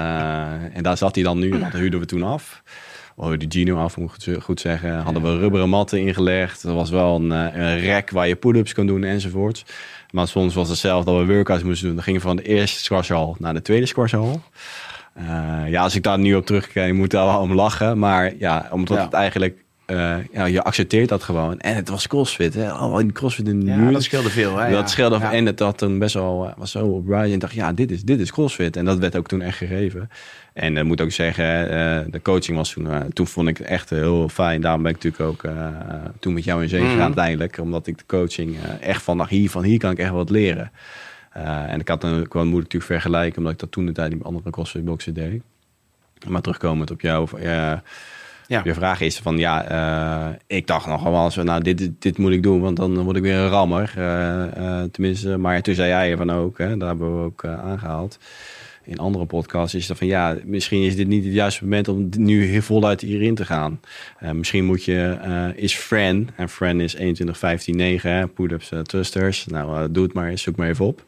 Uh, en daar zat hij dan nu, en dat huurden we toen af. Oh, die Gino af, moet ik goed zeggen. Hadden we rubberen matten ingelegd. Er was wel een, een rek waar je pull-ups kon doen enzovoort. Maar soms was het zelf dat we workouts moesten doen. Dan gingen we van de eerste squashhal naar de tweede squashhal. Uh, ja, als ik daar nu op terugkijk, moet ik daar wel om lachen. Maar ja, omdat ja. het eigenlijk... Uh, ja, je accepteert dat gewoon. En het was CrossFit. Hè? Oh, die CrossFit in de ja, muur. Dat scheelde veel. Hè? Dat ja. scheelde. Ja. En het had toen best wel was zo op rise. En dacht, ja, dit is, dit is CrossFit. En dat werd ook toen echt gegeven. En ik uh, moet ook zeggen, uh, de coaching was toen... Uh, toen vond ik het echt heel fijn. Daarom ben ik natuurlijk ook uh, toen met jou in zee gegaan mm. uiteindelijk. Omdat ik de coaching uh, echt van, nou, hier, van hier kan ik echt wat leren. Uh, en ik had een, ik moet natuurlijk vergelijken. Omdat ik dat toen de tijd met andere CrossFit boxen deed. Maar terugkomend op jou... Uh, Ja. Je vraag is van ja, uh, ik dacht nog wel eens, nou dit, dit moet ik doen, want dan word ik weer een rammer. Uh, uh, tenminste, maar toen zei jij ervan ook, hè, daar hebben we ook uh, aangehaald. In andere podcasts is dat van ja, misschien is dit niet het juiste moment om nu heel voluit hierin te gaan. Uh, misschien moet je, uh, is Fran, en Fran is eenentwintig vijftien negen, pull-ups, uh, thrusters. Nou, uh, doe het maar eens, zoek maar even op.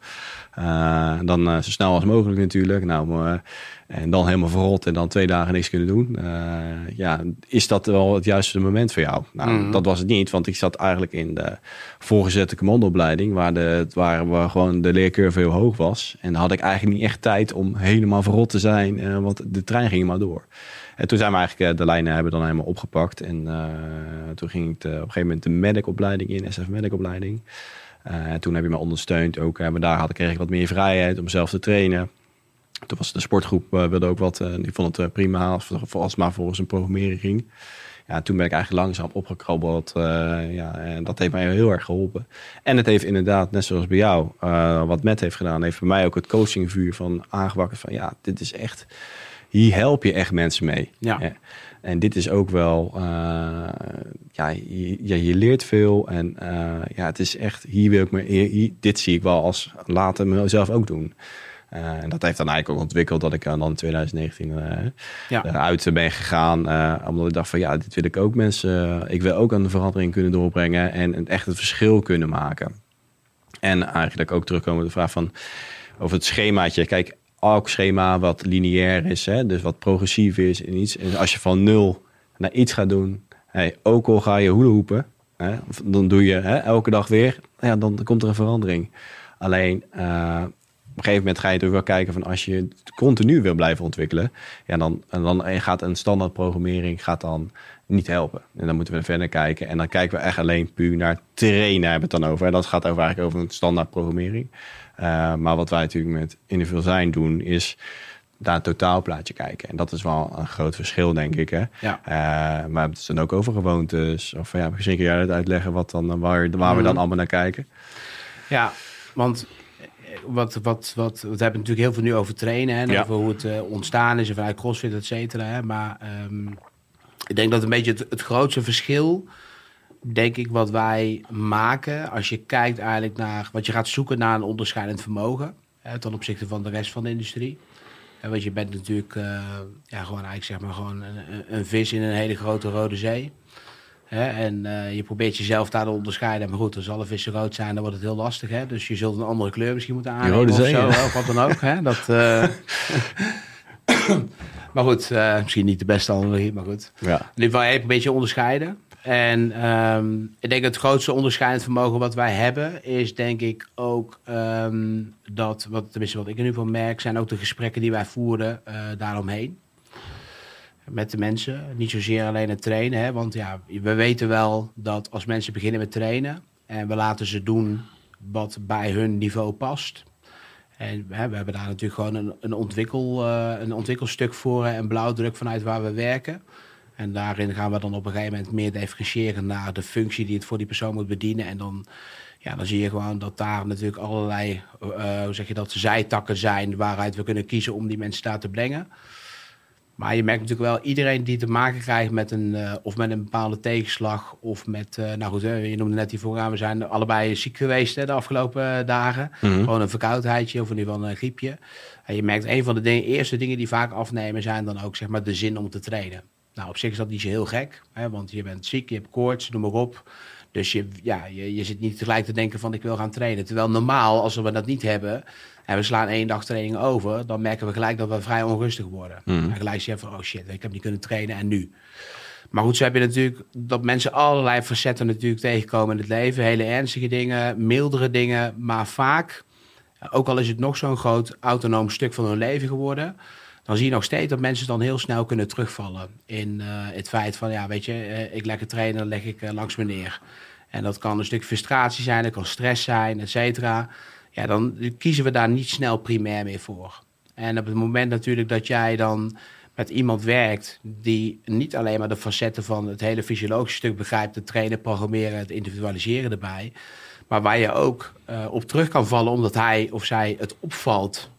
Uh, dan uh, zo snel als mogelijk natuurlijk. Nou, uh, en dan helemaal verrot en dan twee dagen niks kunnen doen. Uh, ja, is dat wel het juiste moment voor jou? Nou, mm-hmm. dat was het niet, want ik zat eigenlijk in de voorgezette commandoopleiding, waar, de, waar, waar gewoon de leercurve heel hoog was. En dan had ik eigenlijk niet echt tijd om helemaal verrot te zijn, uh, want de trein ging maar door. En toen zijn we eigenlijk, uh, de lijnen hebben dan helemaal opgepakt. En uh, toen ging ik de, op een gegeven moment de medic-opleiding in, S F medic-opleiding. Uh, toen heb je me ondersteund ook. Uh, maar daar had ik kreeg ik wat meer vrijheid om zelf te trainen. Toen was de sportgroep, uh, wilde ook wat, uh, die vond het uh, prima als, als maar volgens een programmering ging. Ja, toen ben ik eigenlijk langzaam opgekrabbeld. Uh, ja, en dat heeft mij heel erg geholpen. En het heeft inderdaad, net zoals bij jou, uh, wat Matt heeft gedaan, heeft bij mij ook het coachingvuur van aangewakkerd van ja, dit is echt, hier help je echt mensen mee. Ja. Ja. En dit is ook wel, uh, ja, je, je leert veel en uh, ja, het is echt, hier wil ik me, hier, dit zie ik wel als later mezelf ook doen. Uh, en dat heeft dan eigenlijk ook ontwikkeld dat ik uh, dan in twintig negentien uh, ja. eruit ben gegaan. Uh, omdat ik dacht van ja, dit wil ik ook mensen, uh, ik wil ook een verandering kunnen doorbrengen en, en echt het verschil kunnen maken. En eigenlijk ook terugkomen op de vraag van over het schemaatje. Kijk, elk schema wat lineair is, hè, dus wat progressief is in iets. En als je van nul naar iets gaat doen, hey, ook al ga je hoelenhoepen, hè, dan doe je hè, elke dag weer, ja, dan komt er een verandering. Alleen uh, op een gegeven moment ga je natuurlijk wel kijken van als je continu wil blijven ontwikkelen, ja, dan, dan gaat een standaard programmering gaat dan niet helpen. En dan moeten we verder kijken. En dan kijken we echt alleen puur naar trainen, hebben we het dan over. En dat gaat over eigenlijk over een standaard programmering. Uh, maar wat wij natuurlijk met individueel zijn doen, is naar het totaalplaatje kijken. En dat is wel een groot verschil, denk ik. Hè? Ja. Uh, maar het is dan ook over gewoontes. Of ja, misschien kun jij het uitleggen wat dan, waar, waar we dan allemaal naar kijken. Ja, want wat, wat, wat, we hebben natuurlijk heel veel nu over trainen. Hè, en ja. over hoe het uh, ontstaan is en vanuit CrossFit, et cetera. Hè, maar um, ik denk dat een beetje het, het grootste verschil, denk ik, wat wij maken, als je kijkt eigenlijk naar wat je gaat zoeken naar een onderscheidend vermogen. Hè, ten opzichte van de rest van de industrie. En want je bent natuurlijk uh, ja, gewoon eigenlijk zeg maar gewoon een, een vis in een hele grote rode zee. Hè? En uh, je probeert jezelf daar te onderscheiden. Maar goed, als alle vissen rood zijn, dan wordt het heel lastig. Hè? Dus je zult een andere kleur misschien moeten aannemen. Rode of zee, zo, ja. of wat dan ook. Hè? Dat, uh... maar goed, uh, misschien niet de beste analogie, maar goed. Ja. In ieder geval even een beetje onderscheiden. En um, ik denk het grootste onderscheidend vermogen wat wij hebben... is denk ik ook um, dat, wat, tenminste wat ik in ieder geval merk... zijn ook de gesprekken die wij voeren uh, daaromheen. Met de mensen. Niet zozeer alleen het trainen. Hè? Want ja, we weten wel dat als mensen beginnen met trainen... en we laten ze doen wat bij hun niveau past... En hè, we hebben daar natuurlijk gewoon een, een, ontwikkel, uh, een ontwikkelstuk voor... en blauwdruk vanuit waar we werken... En daarin gaan we dan op een gegeven moment meer differentiëren naar de functie die het voor die persoon moet bedienen. En dan, ja, dan zie je gewoon dat daar natuurlijk allerlei, uh, hoe zeg je dat, zijtakken zijn waaruit we kunnen kiezen om die mensen daar te brengen. Maar je merkt natuurlijk wel, iedereen die te maken krijgt met een, uh, of met een bepaalde tegenslag of met, uh, nou goed, uh, je noemde net die vooraan, we zijn allebei ziek geweest hè, de afgelopen uh, dagen. Mm-hmm. Gewoon een verkoudheidje of in ieder geval een griepje. En je merkt een van de dingen, eerste dingen die vaak afnemen zijn dan ook zeg maar de zin om te trainen. Nou, op zich is dat niet zo heel gek, hè, want je bent ziek, je hebt koorts, noem maar op. Dus je, ja, je, je zit niet tegelijk te denken van ik wil gaan trainen. Terwijl normaal, als we dat niet hebben en we slaan één dag training over... dan merken we gelijk dat we vrij onrustig worden. Mm. En gelijk zeg je van, oh shit, ik heb niet kunnen trainen en nu. Maar goed, zo heb je natuurlijk dat mensen allerlei facetten natuurlijk tegenkomen in het leven. Hele ernstige dingen, mildere dingen, maar vaak... ook al is het nog zo'n groot autonoom stuk van hun leven geworden... dan zie je nog steeds dat mensen dan heel snel kunnen terugvallen in uh, het feit van, ja, weet je, uh, ik lekker trainen, dan leg ik uh, langs me neer. En dat kan een stuk frustratie zijn, dat kan stress zijn, et cetera. Ja, dan kiezen we daar niet snel primair meer voor. En op het moment natuurlijk dat jij dan met iemand werkt die niet alleen maar de facetten van het hele fysiologische stuk begrijpt, het trainen, programmeren, het individualiseren erbij, maar waar je ook uh, op terug kan vallen omdat hij of zij het opvalt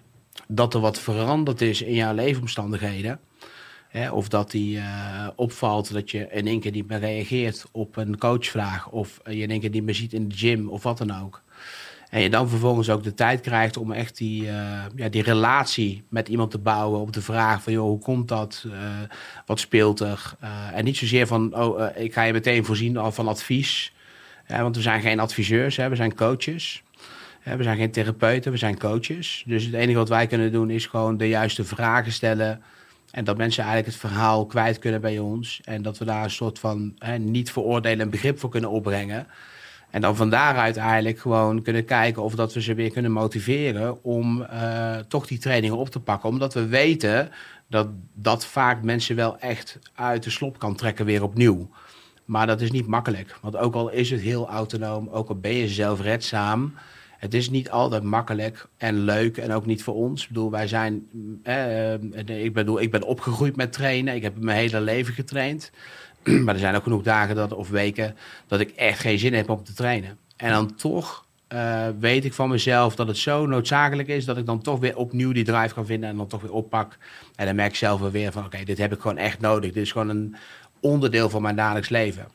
dat er wat veranderd is in jouw leefomstandigheden. Hè, of dat die uh, opvalt dat je in één keer niet meer reageert op een coachvraag. Of je in één keer niet meer ziet in de gym of wat dan ook. En je dan vervolgens ook de tijd krijgt om echt die, uh, ja, die relatie met iemand te bouwen. Op de vraag van, joh, hoe komt dat? Uh, wat speelt er? Uh, en niet zozeer van, oh, uh, ik ga je meteen voorzien al van advies. Ja, want we zijn geen adviseurs, hè, we zijn coaches. We zijn geen therapeuten, we zijn coaches. Dus het enige wat wij kunnen doen is gewoon de juiste vragen stellen. En dat mensen eigenlijk het verhaal kwijt kunnen bij ons. En dat we daar een soort van hè, niet veroordelen begrip voor kunnen opbrengen. En dan van daaruit eigenlijk gewoon kunnen kijken of dat we ze weer kunnen motiveren om uh, toch die trainingen op te pakken. Omdat we weten dat dat vaak mensen wel echt uit de slop kan trekken weer opnieuw. Maar dat is niet makkelijk. Want ook al is het heel autonoom, ook al ben je zelfredzaam, het is niet altijd makkelijk en leuk en ook niet voor ons. Ik bedoel, wij zijn, eh, ik bedoel, ik ben opgegroeid met trainen. Ik heb mijn hele leven getraind. Maar er zijn ook genoeg dagen dat, of weken dat ik echt geen zin heb om te trainen. En dan toch uh, weet ik van mezelf dat het zo noodzakelijk is dat ik dan toch weer opnieuw die drive kan vinden en dan toch weer oppak. En dan merk ik zelf weer van, oké, okay, dit heb ik gewoon echt nodig. Dit is gewoon een onderdeel van mijn dagelijks leven.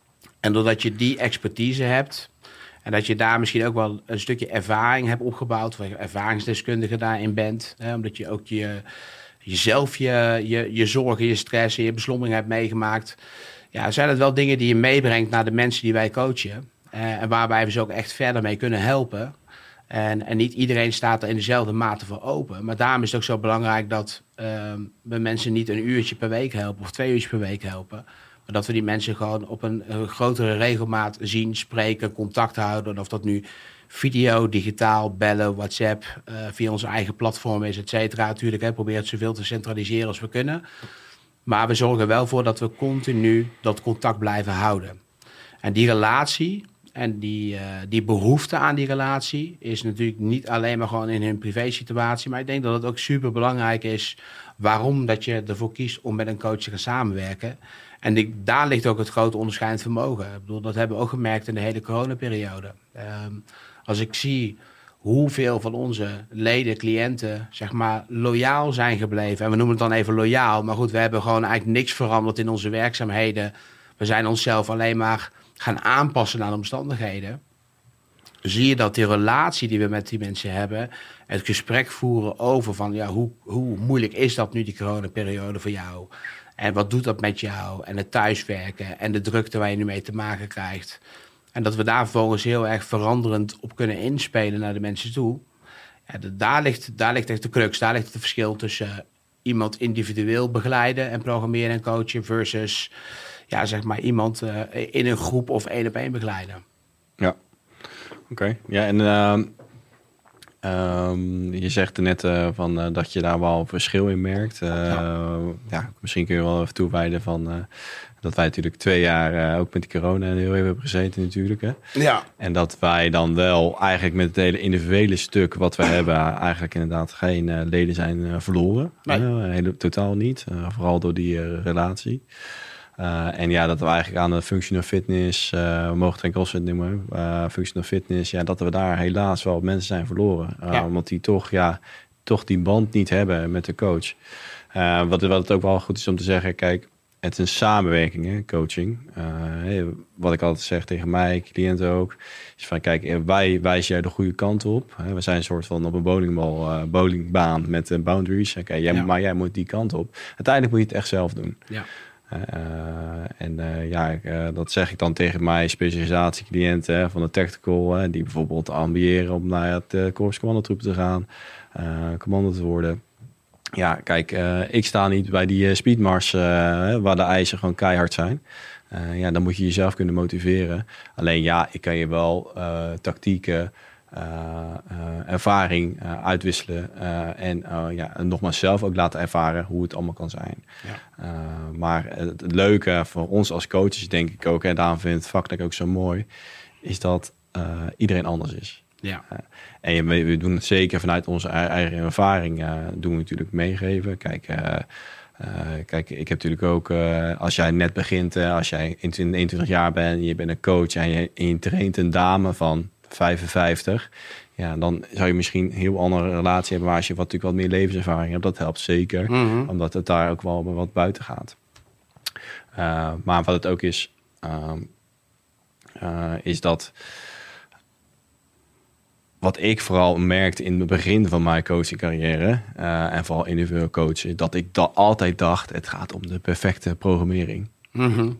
En doordat je die expertise hebt en dat je daar misschien ook wel een stukje ervaring hebt opgebouwd, of je ervaringsdeskundige daarin bent, hè, omdat je ook je, jezelf je, je, je zorgen, je stress en je beslommering hebt meegemaakt. Ja, zijn het wel dingen die je meebrengt naar de mensen die wij coachen. Uh, en waarbij we ze ook echt verder mee kunnen helpen. En, en niet iedereen staat er in dezelfde mate voor open. Maar daarom is het ook zo belangrijk dat uh, we mensen niet een uurtje per week helpen of twee uurtjes per week helpen. Maar dat we die mensen gewoon op een, een grotere regelmaat zien, spreken, contact houden. Of dat nu video, digitaal, bellen, WhatsApp, uh, via onze eigen platform is, et cetera. Natuurlijk, hè, probeer het zoveel te centraliseren als we kunnen. Maar we zorgen er wel voor dat we continu dat contact blijven houden. En die relatie en die, uh, die behoefte aan die relatie is natuurlijk niet alleen maar gewoon in hun privésituatie. Maar ik denk dat het ook super belangrijk is waarom dat je ervoor kiest om met een coach te gaan samenwerken. En die, daar ligt ook het grote onderscheidend vermogen. Ik bedoel, dat hebben we ook gemerkt in de hele coronaperiode. Um, als ik zie hoeveel van onze leden, cliënten, zeg maar, loyaal zijn gebleven. En we noemen het dan even loyaal. Maar goed, we hebben gewoon eigenlijk niks veranderd in onze werkzaamheden. We zijn onszelf alleen maar gaan aanpassen aan de omstandigheden. zie je dat die relatie die we met die mensen hebben, het gesprek voeren over van ja, hoe, hoe moeilijk is dat nu die coronaperiode voor jou? En wat doet dat met jou? En het thuiswerken en de drukte waar je nu mee te maken krijgt. En dat we daar vervolgens heel erg veranderend op kunnen inspelen naar de mensen toe. Ja, de, daar, ligt, daar ligt echt de crux, daar ligt het verschil tussen uh, iemand individueel begeleiden en programmeren en coachen versus ja, zeg maar iemand uh, in een groep of één op één begeleiden. Ja, oké. Okay. Ja, en uh, um, je zegt er net uh, van, uh, dat je daar wel een verschil in merkt. Uh, ja. ja, misschien kun je wel even toewijden van uh, dat wij natuurlijk twee jaar uh, ook met die corona heel even hebben gezeten natuurlijk. Hè? Ja. En dat wij dan wel eigenlijk met het hele individuele stuk wat we hebben eigenlijk inderdaad geen uh, leden zijn uh, verloren. Nee. Uh, hele, totaal niet. Uh, vooral door die uh, relatie. Uh, en ja, dat we eigenlijk aan de functional fitness, uh, we mogen het geen crossfit noemen, uh, functional fitness, ja, dat we daar helaas wel mensen zijn verloren. Uh, ja. Omdat die toch, ja, toch die band niet hebben met de coach. Uh, wat, wat het ook wel goed is om te zeggen, kijk, het is een samenwerking, hè, coaching. Uh, hey, wat ik altijd zeg tegen mij, cliënten ook, is van kijk, wij wijzen jij de goede kant op. Hè, we zijn een soort van op een bowlingbal, uh, bowlingbaan met uh, boundaries. Oké, okay, jij, ja. maar jij moet die kant op. Uiteindelijk moet je het echt zelf doen. Ja. Uh, en uh, ja, uh, dat zeg ik dan tegen mijn specialisatiecliënten uh, van de tactical, uh, die bijvoorbeeld ambiëren om naar het uh, korps commandotroepen te gaan, uh, commando te worden. Ja, kijk, uh, ik sta niet bij die uh, speedmars uh, waar de eisen gewoon keihard zijn. Uh, ja, dan moet je jezelf kunnen motiveren. Alleen ja, ik kan je wel uh, tactieken, Uh, uh, ervaring uh, uitwisselen uh, en uh, ja, nogmaals zelf ook laten ervaren hoe het allemaal kan zijn. Ja. Uh, maar het, het leuke voor ons als coaches, denk ik ook, en daarom vind ik het vak ook zo mooi, is dat uh, iedereen anders is. Ja. Uh, en we, we doen het zeker vanuit onze eigen ervaring, uh, doen we natuurlijk meegeven. Kijk, uh, uh, kijk, ik heb natuurlijk ook, uh, als jij net begint, uh, als jij eenentwintig jaar bent, je bent een coach en je, en je traint een dame van vijfenvijftig, ja, dan zou je misschien een heel andere relatie hebben, waar als je wat, natuurlijk wat meer levenservaring hebt. Dat helpt zeker, mm-hmm. omdat het daar ook wel wat buiten gaat. Uh, maar wat het ook is, uh, uh, is dat wat ik vooral merkte in het begin van mijn coachingcarrière, uh, en vooral individueel coachen, dat ik da- altijd dacht, het gaat om de perfecte programmering. Mm-hmm.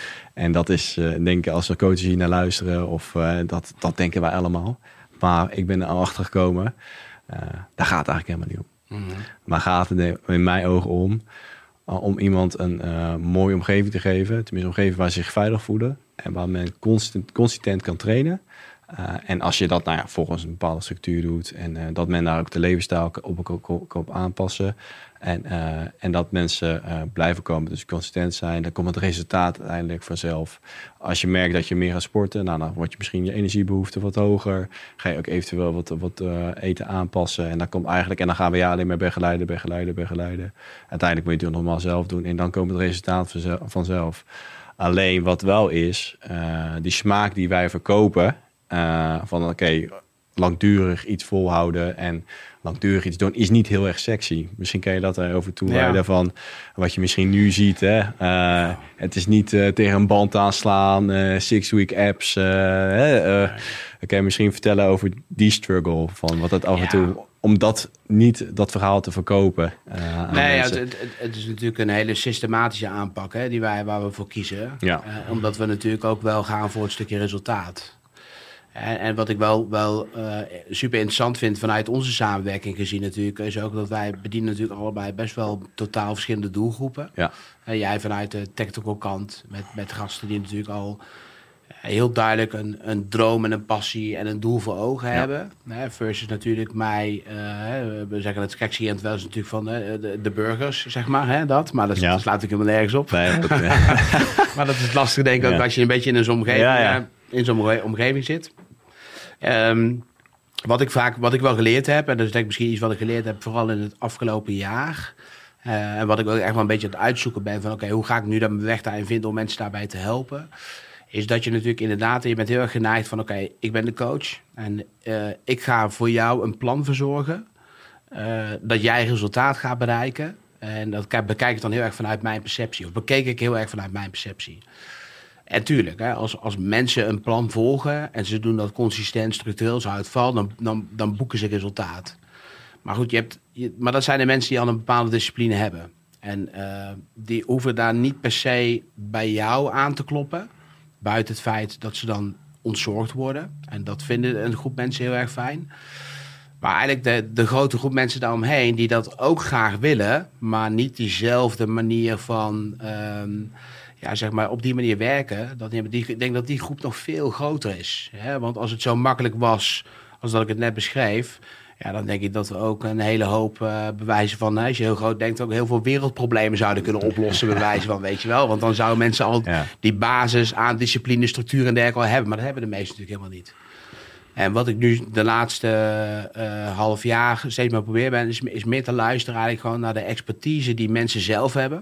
En dat is, uh, denk ik, als we coaches hier naar luisteren, of uh, dat, dat denken wij allemaal. Maar ik ben er al achter gekomen, uh, daar gaat het eigenlijk helemaal niet om. Mm-hmm. Maar gaat het in mijn ogen om, uh, om iemand een uh, mooie omgeving te geven. Tenminste, een omgeving waar ze zich veilig voelen en waar men constant, consistent kan trainen. Uh, en als je dat nou ja, volgens een bepaalde structuur doet en uh, dat men daar ook de levensstijl op, op, op, op aanpassen. En, uh, en dat mensen uh, blijven komen, dus consistent zijn. Dan komt het resultaat uiteindelijk vanzelf. Als je merkt dat je meer gaat sporten, nou, dan wordt je misschien je energiebehoefte wat hoger. Ga je ook eventueel wat, wat uh, eten aanpassen. En dan komt eigenlijk, en dan gaan we ja alleen maar begeleiden, begeleiden, begeleiden. Uiteindelijk moet je het normaal zelf doen. En dan komt het resultaat vanzelf. Alleen wat wel is, uh, die smaak die wij verkopen, uh, van oké, okay, langdurig iets volhouden en langdurig iets doen, is niet heel erg sexy. Misschien kan je dat erover toewijden, ja. Van wat je misschien nu ziet. Hè? Uh, ja. Het is niet uh, tegen een band aanslaan, uh, six-week apps. Uh, uh, dan kan je misschien vertellen over die struggle, van wat het af en ja. toe, om dat niet dat verhaal te verkopen. Uh, nee, ja, het, het, het is natuurlijk een hele systematische aanpak, hè, die wij, waar we voor kiezen. Ja. Uh, omdat we natuurlijk ook wel gaan voor het stukje resultaat. En, en wat ik wel, wel uh, super interessant vind vanuit onze samenwerking gezien natuurlijk, is ook dat wij bedienen natuurlijk allebei best wel totaal verschillende doelgroepen. Ja. Uh, jij vanuit de tactical kant met, met gasten die natuurlijk al heel duidelijk een, een droom en een passie en een doel voor ogen ja. hebben. Hè, versus natuurlijk mij, uh, we zeggen het gekschiënt wel eens natuurlijk van uh, de, de burgers, zeg maar, hè, dat. Maar dat, ja. dat slaat natuurlijk helemaal nergens op. Nee, dat, ja. Maar dat is lastig denk ik ja. ook als je een beetje in zo'n omgeving, ja, ja. Uh, in zo'n omgeving zit. Um, wat ik vaak, wat ik wel geleerd heb, en dat is denk ik misschien iets wat ik geleerd heb, vooral in het afgelopen jaar. Uh, en wat ik ook echt wel een beetje aan het uitzoeken ben van, oké, okay, hoe ga ik nu dan mijn weg daarin vinden om mensen daarbij te helpen? Is dat je natuurlijk inderdaad, je bent heel erg geneigd van, oké, okay, ik ben de coach en uh, ik ga voor jou een plan verzorgen, uh, dat jij resultaat gaat bereiken. En dat bekijk ik dan heel erg vanuit mijn perceptie, of bekeek ik heel erg vanuit mijn perceptie. En tuurlijk, hè, als, als mensen een plan volgen en ze doen dat consistent, structureel, zo uitvalt, dan, dan, dan boeken ze resultaat. Maar goed, je hebt, je, maar dat zijn de mensen die al een bepaalde discipline hebben. En uh, die hoeven daar niet per se bij jou aan te kloppen. Buiten het feit dat ze dan ontzorgd worden. En dat vinden een groep mensen heel erg fijn. Maar eigenlijk de, de grote groep mensen daaromheen die dat ook graag willen, maar niet diezelfde manier van, um, ja, zeg maar, op die manier werken. Dat, die, ik denk dat die groep nog veel groter is. Hè? Want als het zo makkelijk was, als dat ik het net beschreef, ja, dan denk ik dat we ook een hele hoop uh, bewijzen van, als je heel groot denkt, ook heel veel wereldproblemen zouden kunnen oplossen, bewijzen van, weet je wel. Want dan zouden mensen al ja. die basis aan discipline, structuur en dergelijke al hebben. Maar dat hebben de meesten natuurlijk helemaal niet. En wat ik nu de laatste uh, half jaar steeds meer probeer ben, is, is meer te luisteren eigenlijk gewoon naar de expertise die mensen zelf hebben.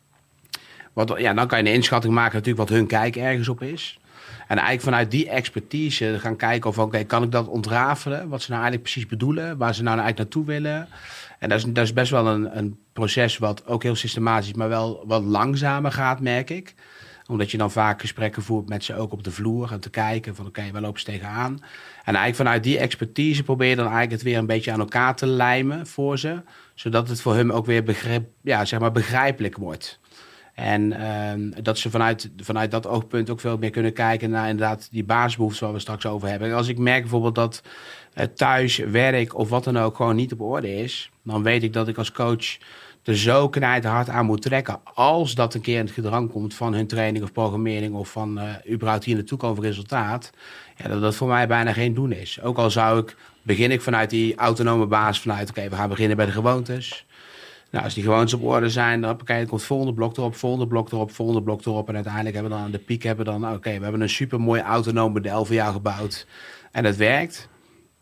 Want ja, dan kan je een inschatting maken natuurlijk wat hun kijk ergens op is. En eigenlijk vanuit die expertise gaan kijken of, oké, okay, kan ik dat ontrafelen? Wat ze nou eigenlijk precies bedoelen, waar ze nou eigenlijk naartoe willen. En dat is, dat is best wel een, een proces wat ook heel systematisch, maar wel wat langzamer gaat, merk ik. Omdat je dan vaak gesprekken voert met ze ook op de vloer en te kijken van, oké, okay, waar lopen ze tegenaan? En eigenlijk vanuit die expertise probeer je dan eigenlijk het weer een beetje aan elkaar te lijmen voor ze. Zodat het voor hun ook weer begrip, ja, zeg maar begrijpelijk wordt. En uh, dat ze vanuit, vanuit dat oogpunt ook veel meer kunnen kijken naar inderdaad die basisbehoeften waar we straks over hebben. En als ik merk bijvoorbeeld dat uh, thuis, werk of wat dan ook gewoon niet op orde is, dan weet ik dat ik als coach er zo knijterhard aan moet trekken als dat een keer in het gedrang komt van hun training of programmering of van uh, überhaupt hier naartoe komen voor resultaat. Ja, dat dat voor mij bijna geen doen is. Ook al zou ik, begin ik vanuit die autonome basis vanuit, oké, okay, we gaan beginnen bij de gewoontes. Nou, als die gewoontes op orde zijn, dan kijk, komt het volgende blok erop, volgende blok erop, volgende blok erop. En uiteindelijk hebben we dan aan de piek hebben we dan, oké, okay, we hebben een supermooi autonoom model voor jou gebouwd. En dat werkt.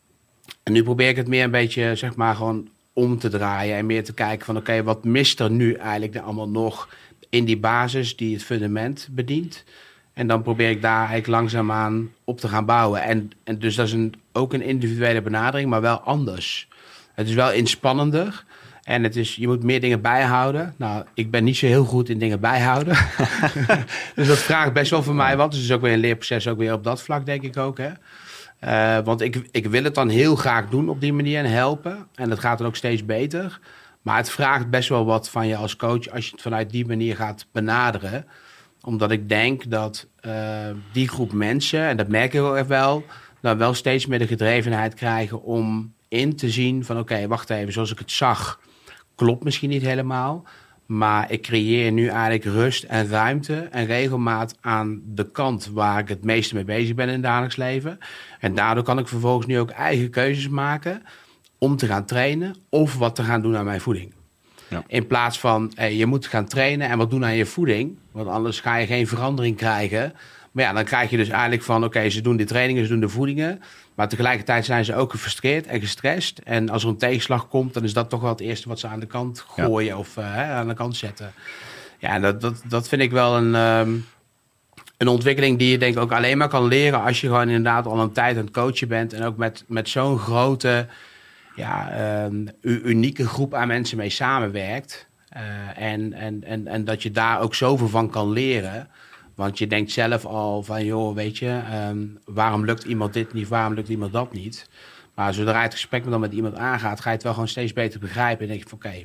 En nu probeer ik het meer een beetje, zeg maar, gewoon om te draaien en meer te kijken van, oké, okay, wat mist er nu eigenlijk allemaal nog in die basis die het fundament bedient. En dan probeer ik daar eigenlijk langzaamaan op te gaan bouwen. En, en dus dat is een, ook een individuele benadering, maar wel anders. Het is wel inspannender. En het is, je moet meer dingen bijhouden. Nou, ik ben niet zo heel goed in dingen bijhouden. Dus dat vraagt best wel voor mij wat. Dus het is ook weer een leerproces, ook weer op dat vlak, denk ik ook. Hè? Uh, want ik, ik wil het dan heel graag doen op die manier en helpen. En dat gaat dan ook steeds beter. Maar het vraagt best wel wat van je als coach als je het vanuit die manier gaat benaderen. Omdat ik denk dat uh, die groep mensen, en dat merk ik ook echt wel, dan wel steeds meer de gedrevenheid krijgen om in te zien van, oké, okay, wacht even, zoals ik het zag, klopt misschien niet helemaal. Maar ik creëer nu eigenlijk rust en ruimte en regelmaat aan de kant waar ik het meeste mee bezig ben in het dagelijks leven. En daardoor kan ik vervolgens nu ook eigen keuzes maken om te gaan trainen of wat te gaan doen aan mijn voeding. Ja. In plaats van, hey, je moet gaan trainen en wat doen aan je voeding, want anders ga je geen verandering krijgen. Maar ja, dan krijg je dus eigenlijk van, oké, okay, ze doen de trainingen, ze doen de voedingen. Maar tegelijkertijd zijn ze ook gefrustreerd en gestrest. En als er een tegenslag komt, dan is dat toch wel het eerste wat ze aan de kant gooien ja. of uh, aan de kant zetten. Ja, en dat, dat, dat vind ik wel een, um, een ontwikkeling die je denk ik ook alleen maar kan leren als je gewoon inderdaad al een tijd aan het coachen bent. En ook met, met zo'n grote, ja, um, unieke groep aan mensen mee samenwerkt. Uh, en, en, en, en dat je daar ook zoveel van kan leren. Want je denkt zelf al van, joh, weet je, um, waarom lukt iemand dit niet, waarom lukt iemand dat niet? Maar zodra je het gesprek dan met iemand aangaat, ga je het wel gewoon steeds beter begrijpen. En denk je van, oké, okay,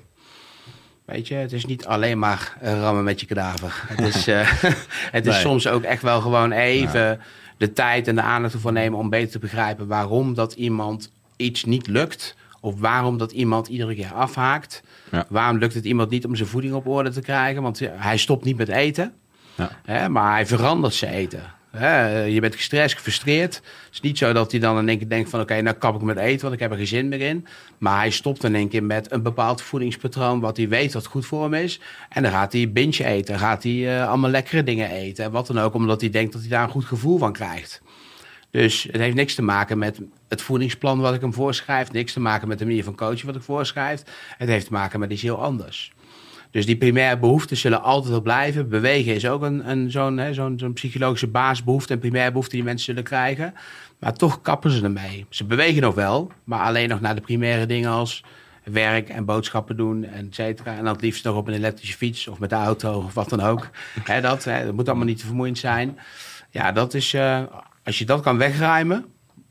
weet je, het is niet alleen maar rammen met je kadaver. Het is, uh, het is nee. soms ook echt wel gewoon even ja. de tijd en de aandacht ervoor nemen om beter te begrijpen waarom dat iemand iets niet lukt. Of waarom dat iemand iedere keer afhaakt. Ja. Waarom lukt het iemand niet om zijn voeding op orde te krijgen? Want hij stopt niet met eten. Ja. Hè, maar hij verandert zijn eten. Hè, je bent gestrest, gefrustreerd. Het is niet zo dat hij dan in één keer denkt van, oké, okay, nou kap ik met eten, want ik heb er geen zin meer in. Maar hij stopt in één keer met een bepaald voedingspatroon wat hij weet wat goed voor hem is. En dan gaat hij binge eten, gaat hij uh, allemaal lekkere dingen eten. En wat dan ook, omdat hij denkt dat hij daar een goed gevoel van krijgt. Dus het heeft niks te maken met het voedingsplan wat ik hem voorschrijf. Niks te maken met de manier van coachen wat ik voorschrijf. Het heeft te maken met iets heel anders. Dus die primaire behoeften zullen altijd wel blijven. Bewegen is ook een, een, zo'n, hè, zo'n, zo'n psychologische basisbehoefte en primaire behoefte die mensen zullen krijgen. Maar toch kappen ze ermee. Ze bewegen nog wel, maar alleen nog naar de primaire dingen als werk en boodschappen doen, en et cetera. En dan het liefst nog op een elektrische fiets of met de auto of wat dan ook. Hè, dat, hè, dat moet allemaal niet te vermoeiend zijn. Ja, dat is, uh, als je dat kan wegruimen,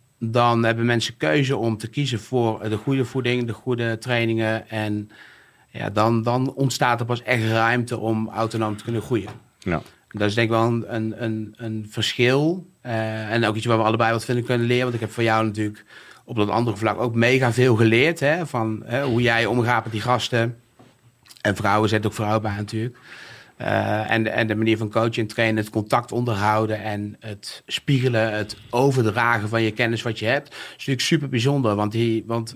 dan hebben mensen keuze om te kiezen voor de goede voeding, de goede trainingen. En ja, dan, dan ontstaat er pas echt ruimte om autonoom te kunnen groeien. Ja. Dat is denk ik wel een, een, een, een verschil. Uh, en ook iets waar we allebei wat van kunnen leren. Want ik heb van jou natuurlijk op dat andere vlak ook mega veel geleerd. Hè, van hè, hoe jij omgaat met die gasten. En vrouwen zet ook vrouwen bij natuurlijk. Uh, en, de, en de manier van coachen en trainen, het contact onderhouden en het spiegelen, het overdragen van je kennis wat je hebt, is natuurlijk super bijzonder. Want, die, want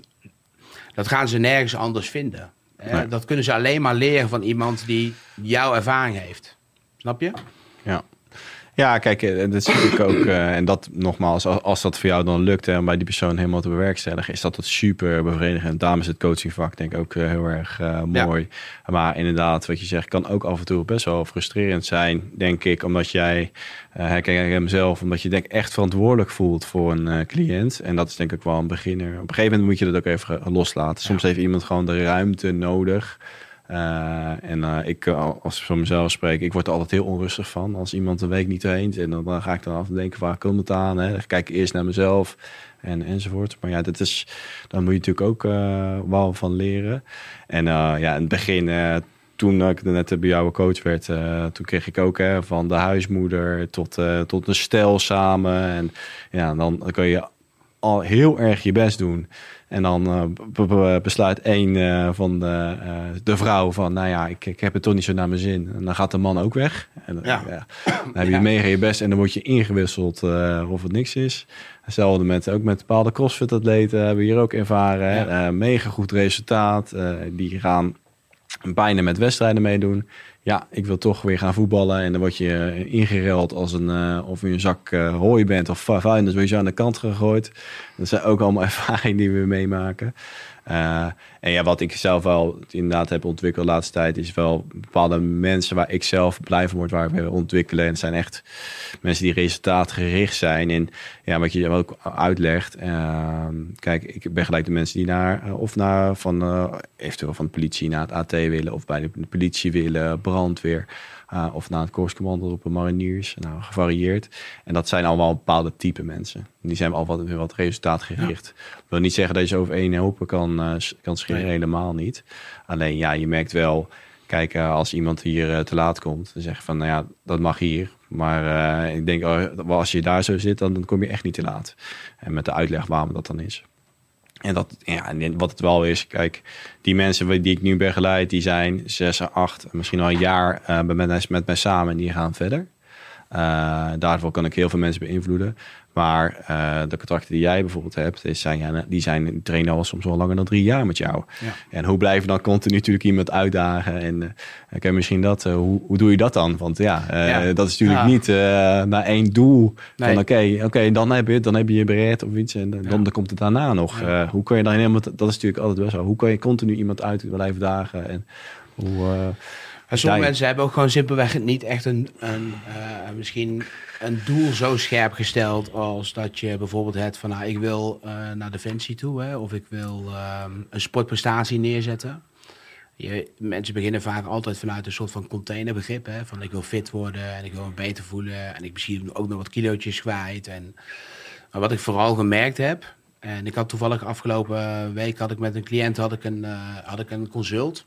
dat gaan ze nergens anders vinden. Uh, nee. Dat kunnen ze alleen maar leren van iemand die jouw ervaring heeft. Snap je? Ja. Ja, kijk, dat is natuurlijk ook, uh, en dat nogmaals, als, als dat voor jou dan lukt hè, om bij die persoon helemaal te bewerkstelligen, is dat dat super bevredigend. Daarom is het coachingvak denk ik ook uh, heel erg uh, mooi. Ja. Maar inderdaad, wat je zegt, kan ook af en toe best wel frustrerend zijn, denk ik, omdat jij, uh, herken ik hem zelf, omdat je denk ik echt verantwoordelijk voelt voor een uh, cliënt. En dat is denk ik wel een beginner. Op een gegeven moment moet je dat ook even loslaten. Soms ja. heeft iemand gewoon de ruimte nodig. Uh, en uh, ik, als ik van mezelf spreek, ik word er altijd heel onrustig van. Als iemand een week niet traint, en dan, dan ga ik dan af en denken, waar komt het aan? Hè? Dan kijk ik eerst naar mezelf en, enzovoort. Maar ja, dat is, dan moet je natuurlijk ook uh, wel van leren. En uh, ja, in het begin, uh, toen ik net bij jou coach werd, uh, toen kreeg ik ook hè, van de huismoeder tot, uh, tot een stel samen. En ja, dan, dan kun je al heel erg je best doen. En dan uh, b- b- besluit één uh, van de, uh, de vrouw van, nou ja, ik, ik heb het toch niet zo naar mijn zin. En dan gaat de man ook weg. En ja. Ja, dan heb je ja. mega je best en dan word je ingewisseld uh, of het niks is. Hetzelfde met, ook met bepaalde crossfit-atleten hebben we hier ook ervaren. Ja. Uh, mega goed resultaat. Uh, die gaan bijna met wedstrijden meedoen. Ja, ik wil toch weer gaan voetballen. En dan word je ingereld als een, uh, of je een zak uh, hooi bent of vuilnis, word je aan de kant gegooid. Dat zijn ook allemaal ervaringen die we meemaken. Uh, en ja, wat ik zelf wel inderdaad heb ontwikkeld de laatste tijd, is wel bepaalde mensen waar ik zelf blij van word, waar we ontwikkelen. En het zijn echt mensen die resultaatgericht zijn. En ja, wat je ook uitlegt. Uh, kijk, ik begeleid de mensen die naar, uh, of naar van, uh, eventueel van de politie naar het A T willen, of bij de politie willen, brandweer. Uh, of naar het korpscommando op een mariniers. Nou, gevarieerd. En dat zijn allemaal bepaalde type mensen. Die zijn al wat, wat resultaatgericht. Ja. Ik wil niet zeggen dat je ze over één hoop kan, uh, kan scheren. Nee. Helemaal niet. Alleen ja, je merkt wel. Kijk, uh, als iemand hier uh, te laat komt. Dan zeg je van, nou ja, dat mag hier. Maar uh, ik denk, oh, als je daar zo zit, dan, dan kom je echt niet te laat. En met de uitleg waarom dat dan is. En dat, ja, en wat het wel is, kijk, die mensen die ik nu begeleid, die zijn zes, acht, misschien al een jaar uh, met, met mij samen en die gaan verder. Uh, daarvoor kan ik heel veel mensen beïnvloeden. Maar uh, de contracten die jij bijvoorbeeld hebt, is zijn, die zijn die trainen al soms wel langer dan drie jaar met jou. Ja. En hoe blijf je dan continu natuurlijk iemand uitdagen? En uh, okay, misschien dat, uh, hoe, hoe doe je dat dan? Want ja, uh, ja. dat is natuurlijk ja. niet uh, naar één doel. Nee. Van oké, okay, okay, dan heb je dan heb je je bereid of iets en dan, ja. dan komt het daarna nog. Ja. Uh, hoe kun je dan helemaal? Dat is natuurlijk altijd best wel. Hoe kan je continu iemand uit blijven dagen en hoe? Uh, En sommige ja, mensen hebben ook gewoon simpelweg niet echt een, een uh, misschien een doel zo scherp gesteld als dat je bijvoorbeeld hebt van, nou, ik wil uh, naar Defensie toe, hè, of ik wil uh, een sportprestatie neerzetten. Je, mensen beginnen vaak altijd vanuit een soort van containerbegrip, hè, van ik wil fit worden en ik wil me beter voelen en ik misschien ook nog wat kilootjes kwijt. En, maar wat ik vooral gemerkt heb, en ik had toevallig afgelopen week had ik met een cliënt had ik een, uh, had ik een consult.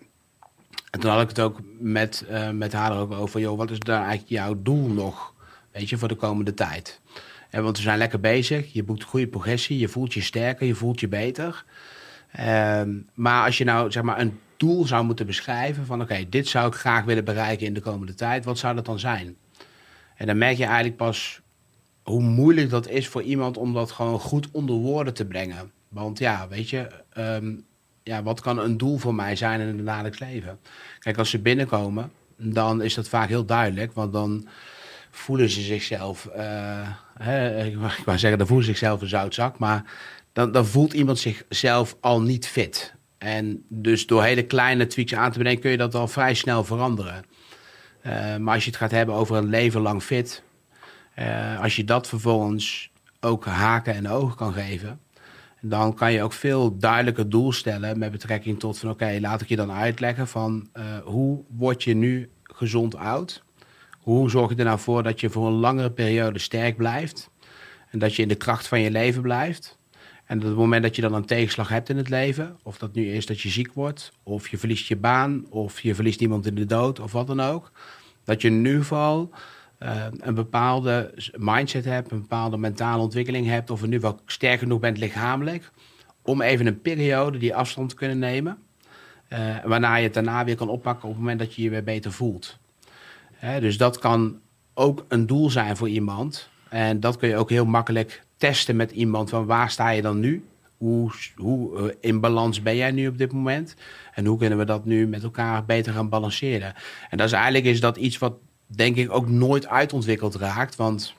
En toen had ik het ook met, uh, met haar er ook over, joh, wat is daar eigenlijk jouw doel nog, weet je, voor de komende tijd? En want we zijn lekker bezig, je boekt goede progressie, je voelt je sterker, je voelt je beter. Uh, maar als je nou, zeg maar, een doel zou moeten beschrijven van, oké, okay, dit zou ik graag willen bereiken in de komende tijd, wat zou dat dan zijn? En dan merk je eigenlijk pas hoe moeilijk dat is voor iemand om dat gewoon goed onder woorden te brengen. Want ja, weet je... Um, Ja, wat kan een doel voor mij zijn in het dagelijks leven? Kijk, als ze binnenkomen, dan is dat vaak heel duidelijk. Want dan voelen ze zichzelf... Uh, hè, ik wou zeggen, dan voelen ze zichzelf een zoutzak. Maar dan, dan voelt iemand zichzelf al niet fit. En dus door hele kleine tweaks aan te brengen, kun je dat al vrij snel veranderen. Uh, maar als je het gaat hebben over een leven lang fit... Uh, als je dat vervolgens ook haken en ogen kan geven... dan kan je ook veel duidelijker doel stellen met betrekking tot van oké, okay, laat ik je dan uitleggen van uh, hoe word je nu gezond oud? Hoe zorg je er nou voor dat je voor een langere periode sterk blijft en dat je in de kracht van je leven blijft? En op het moment dat je dan een tegenslag hebt in het leven, of dat nu is dat je ziek wordt, of je verliest je baan, of je verliest iemand in de dood, of wat dan ook, dat je in ieder geval uh, een bepaalde mindset hebt, een bepaalde mentale ontwikkeling hebt, of in ieder geval sterk genoeg bent lichamelijk, om even een periode die afstand te kunnen nemen, uh, waarna je het daarna weer kan oppakken op het moment dat je je weer beter voelt. Hè, dus dat kan ook een doel zijn voor iemand. En dat kun je ook heel makkelijk testen met iemand van waar sta je dan nu? Hoe, hoe in balans ben jij nu op dit moment? En hoe kunnen we dat nu met elkaar beter gaan balanceren? En dat is eigenlijk is dat iets wat denk ik ook nooit uitontwikkeld raakt. Want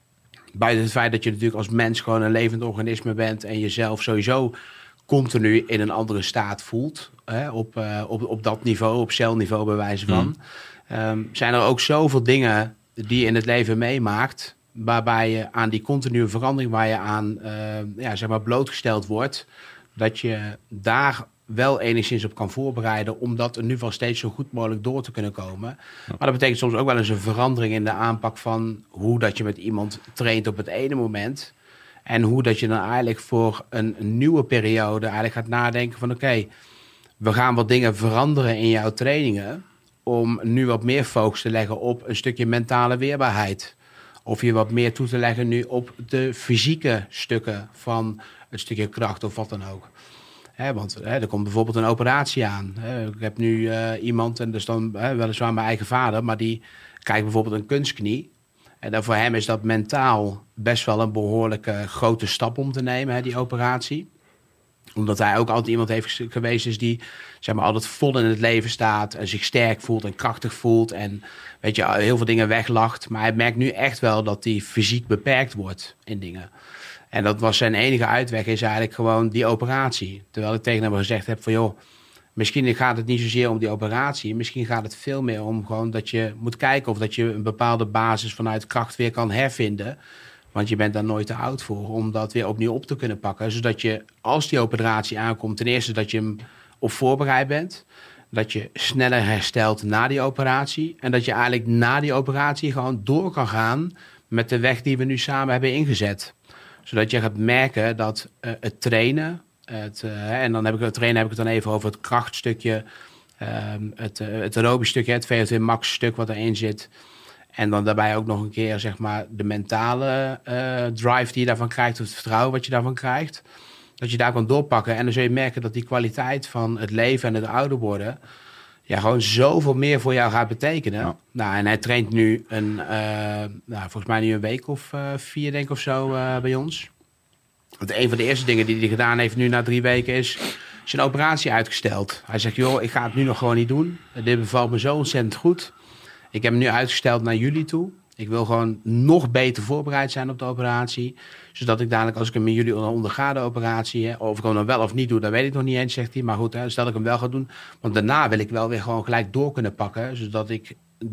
buiten het feit dat je natuurlijk als mens gewoon een levend organisme bent en jezelf sowieso continu in een andere staat voelt. Hè, op, uh, op, op dat niveau, op celniveau bij wijze van. Mm. Um, zijn er ook zoveel dingen die je in het leven meemaakt, waarbij je aan die continue verandering waar je aan uh, ja, zeg maar blootgesteld wordt, dat je daar wel enigszins op kan voorbereiden om dat in ieder geval steeds zo goed mogelijk door te kunnen komen. Ja. Maar dat betekent soms ook wel eens een verandering in de aanpak van hoe dat je met iemand traint op het ene moment en hoe dat je dan eigenlijk voor een, een nieuwe periode eigenlijk gaat nadenken van oké, okay, we gaan wat dingen veranderen in jouw trainingen om nu wat meer focus te leggen op een stukje mentale weerbaarheid. Of je wat meer toe te leggen nu op de fysieke stukken van het stukje kracht of wat dan ook. Hè, want hè, er komt bijvoorbeeld een operatie aan. Hè, ik heb nu uh, iemand, en dat is dan hè, weliswaar mijn eigen vader, maar die krijgt bijvoorbeeld een kunstknie. En dan voor hem is dat mentaal best wel een behoorlijke grote stap om te nemen, hè, die operatie. Omdat hij ook altijd iemand heeft geweest is die zeg maar, altijd vol in het leven staat en zich sterk voelt en krachtig voelt en weet je, heel veel dingen weglacht. Maar hij merkt nu echt wel dat hij fysiek beperkt wordt in dingen. En dat was zijn enige uitweg, is eigenlijk gewoon die operatie. Terwijl ik tegen hem gezegd heb van joh, misschien gaat het niet zozeer om die operatie. Misschien gaat het veel meer om gewoon dat je moet kijken of dat je een bepaalde basis vanuit kracht weer kan hervinden. Want je bent daar nooit te oud voor om dat weer opnieuw op te kunnen pakken. Zodat je, als die operatie aankomt, ten eerste dat je hem op voorbereid bent. Dat je sneller herstelt na die operatie. En dat je eigenlijk na die operatie gewoon door kan gaan met de weg die we nu samen hebben ingezet. Zodat je gaat merken dat uh, het trainen, het, uh, en dan heb ik het trainen heb ik het dan even over het krachtstukje, uh, het, uh, het aerobisch stukje, het V O twee max stuk wat erin zit. En dan daarbij ook nog een keer zeg maar de mentale uh, drive die je daarvan krijgt, of het vertrouwen wat je daarvan krijgt. Dat je daar kan doorpakken. En dan zul je merken dat die kwaliteit van het leven en het ouder worden ja, gewoon zoveel meer voor jou gaat betekenen. Ja. Nou, en hij traint nu een, uh, nou, volgens mij nu een week of uh, vier, denk ik, of zo uh, bij ons. Want een van de eerste dingen die hij gedaan heeft nu na drie weken is zijn operatie uitgesteld. Hij zegt, joh, ik ga het nu nog gewoon niet doen. Dit bevalt me zo ontzettend goed. Ik heb hem nu uitgesteld naar juli toe. Ik wil gewoon nog beter voorbereid zijn op de operatie. Zodat ik dadelijk, als ik hem in juli onderga, de operatie, hè, of ik hem dan wel of niet doe, dat weet ik nog niet eens, zegt hij. Maar goed, hè, stel ik hem wel ga doen. Want daarna wil ik wel weer gewoon gelijk door kunnen pakken. Zodat ik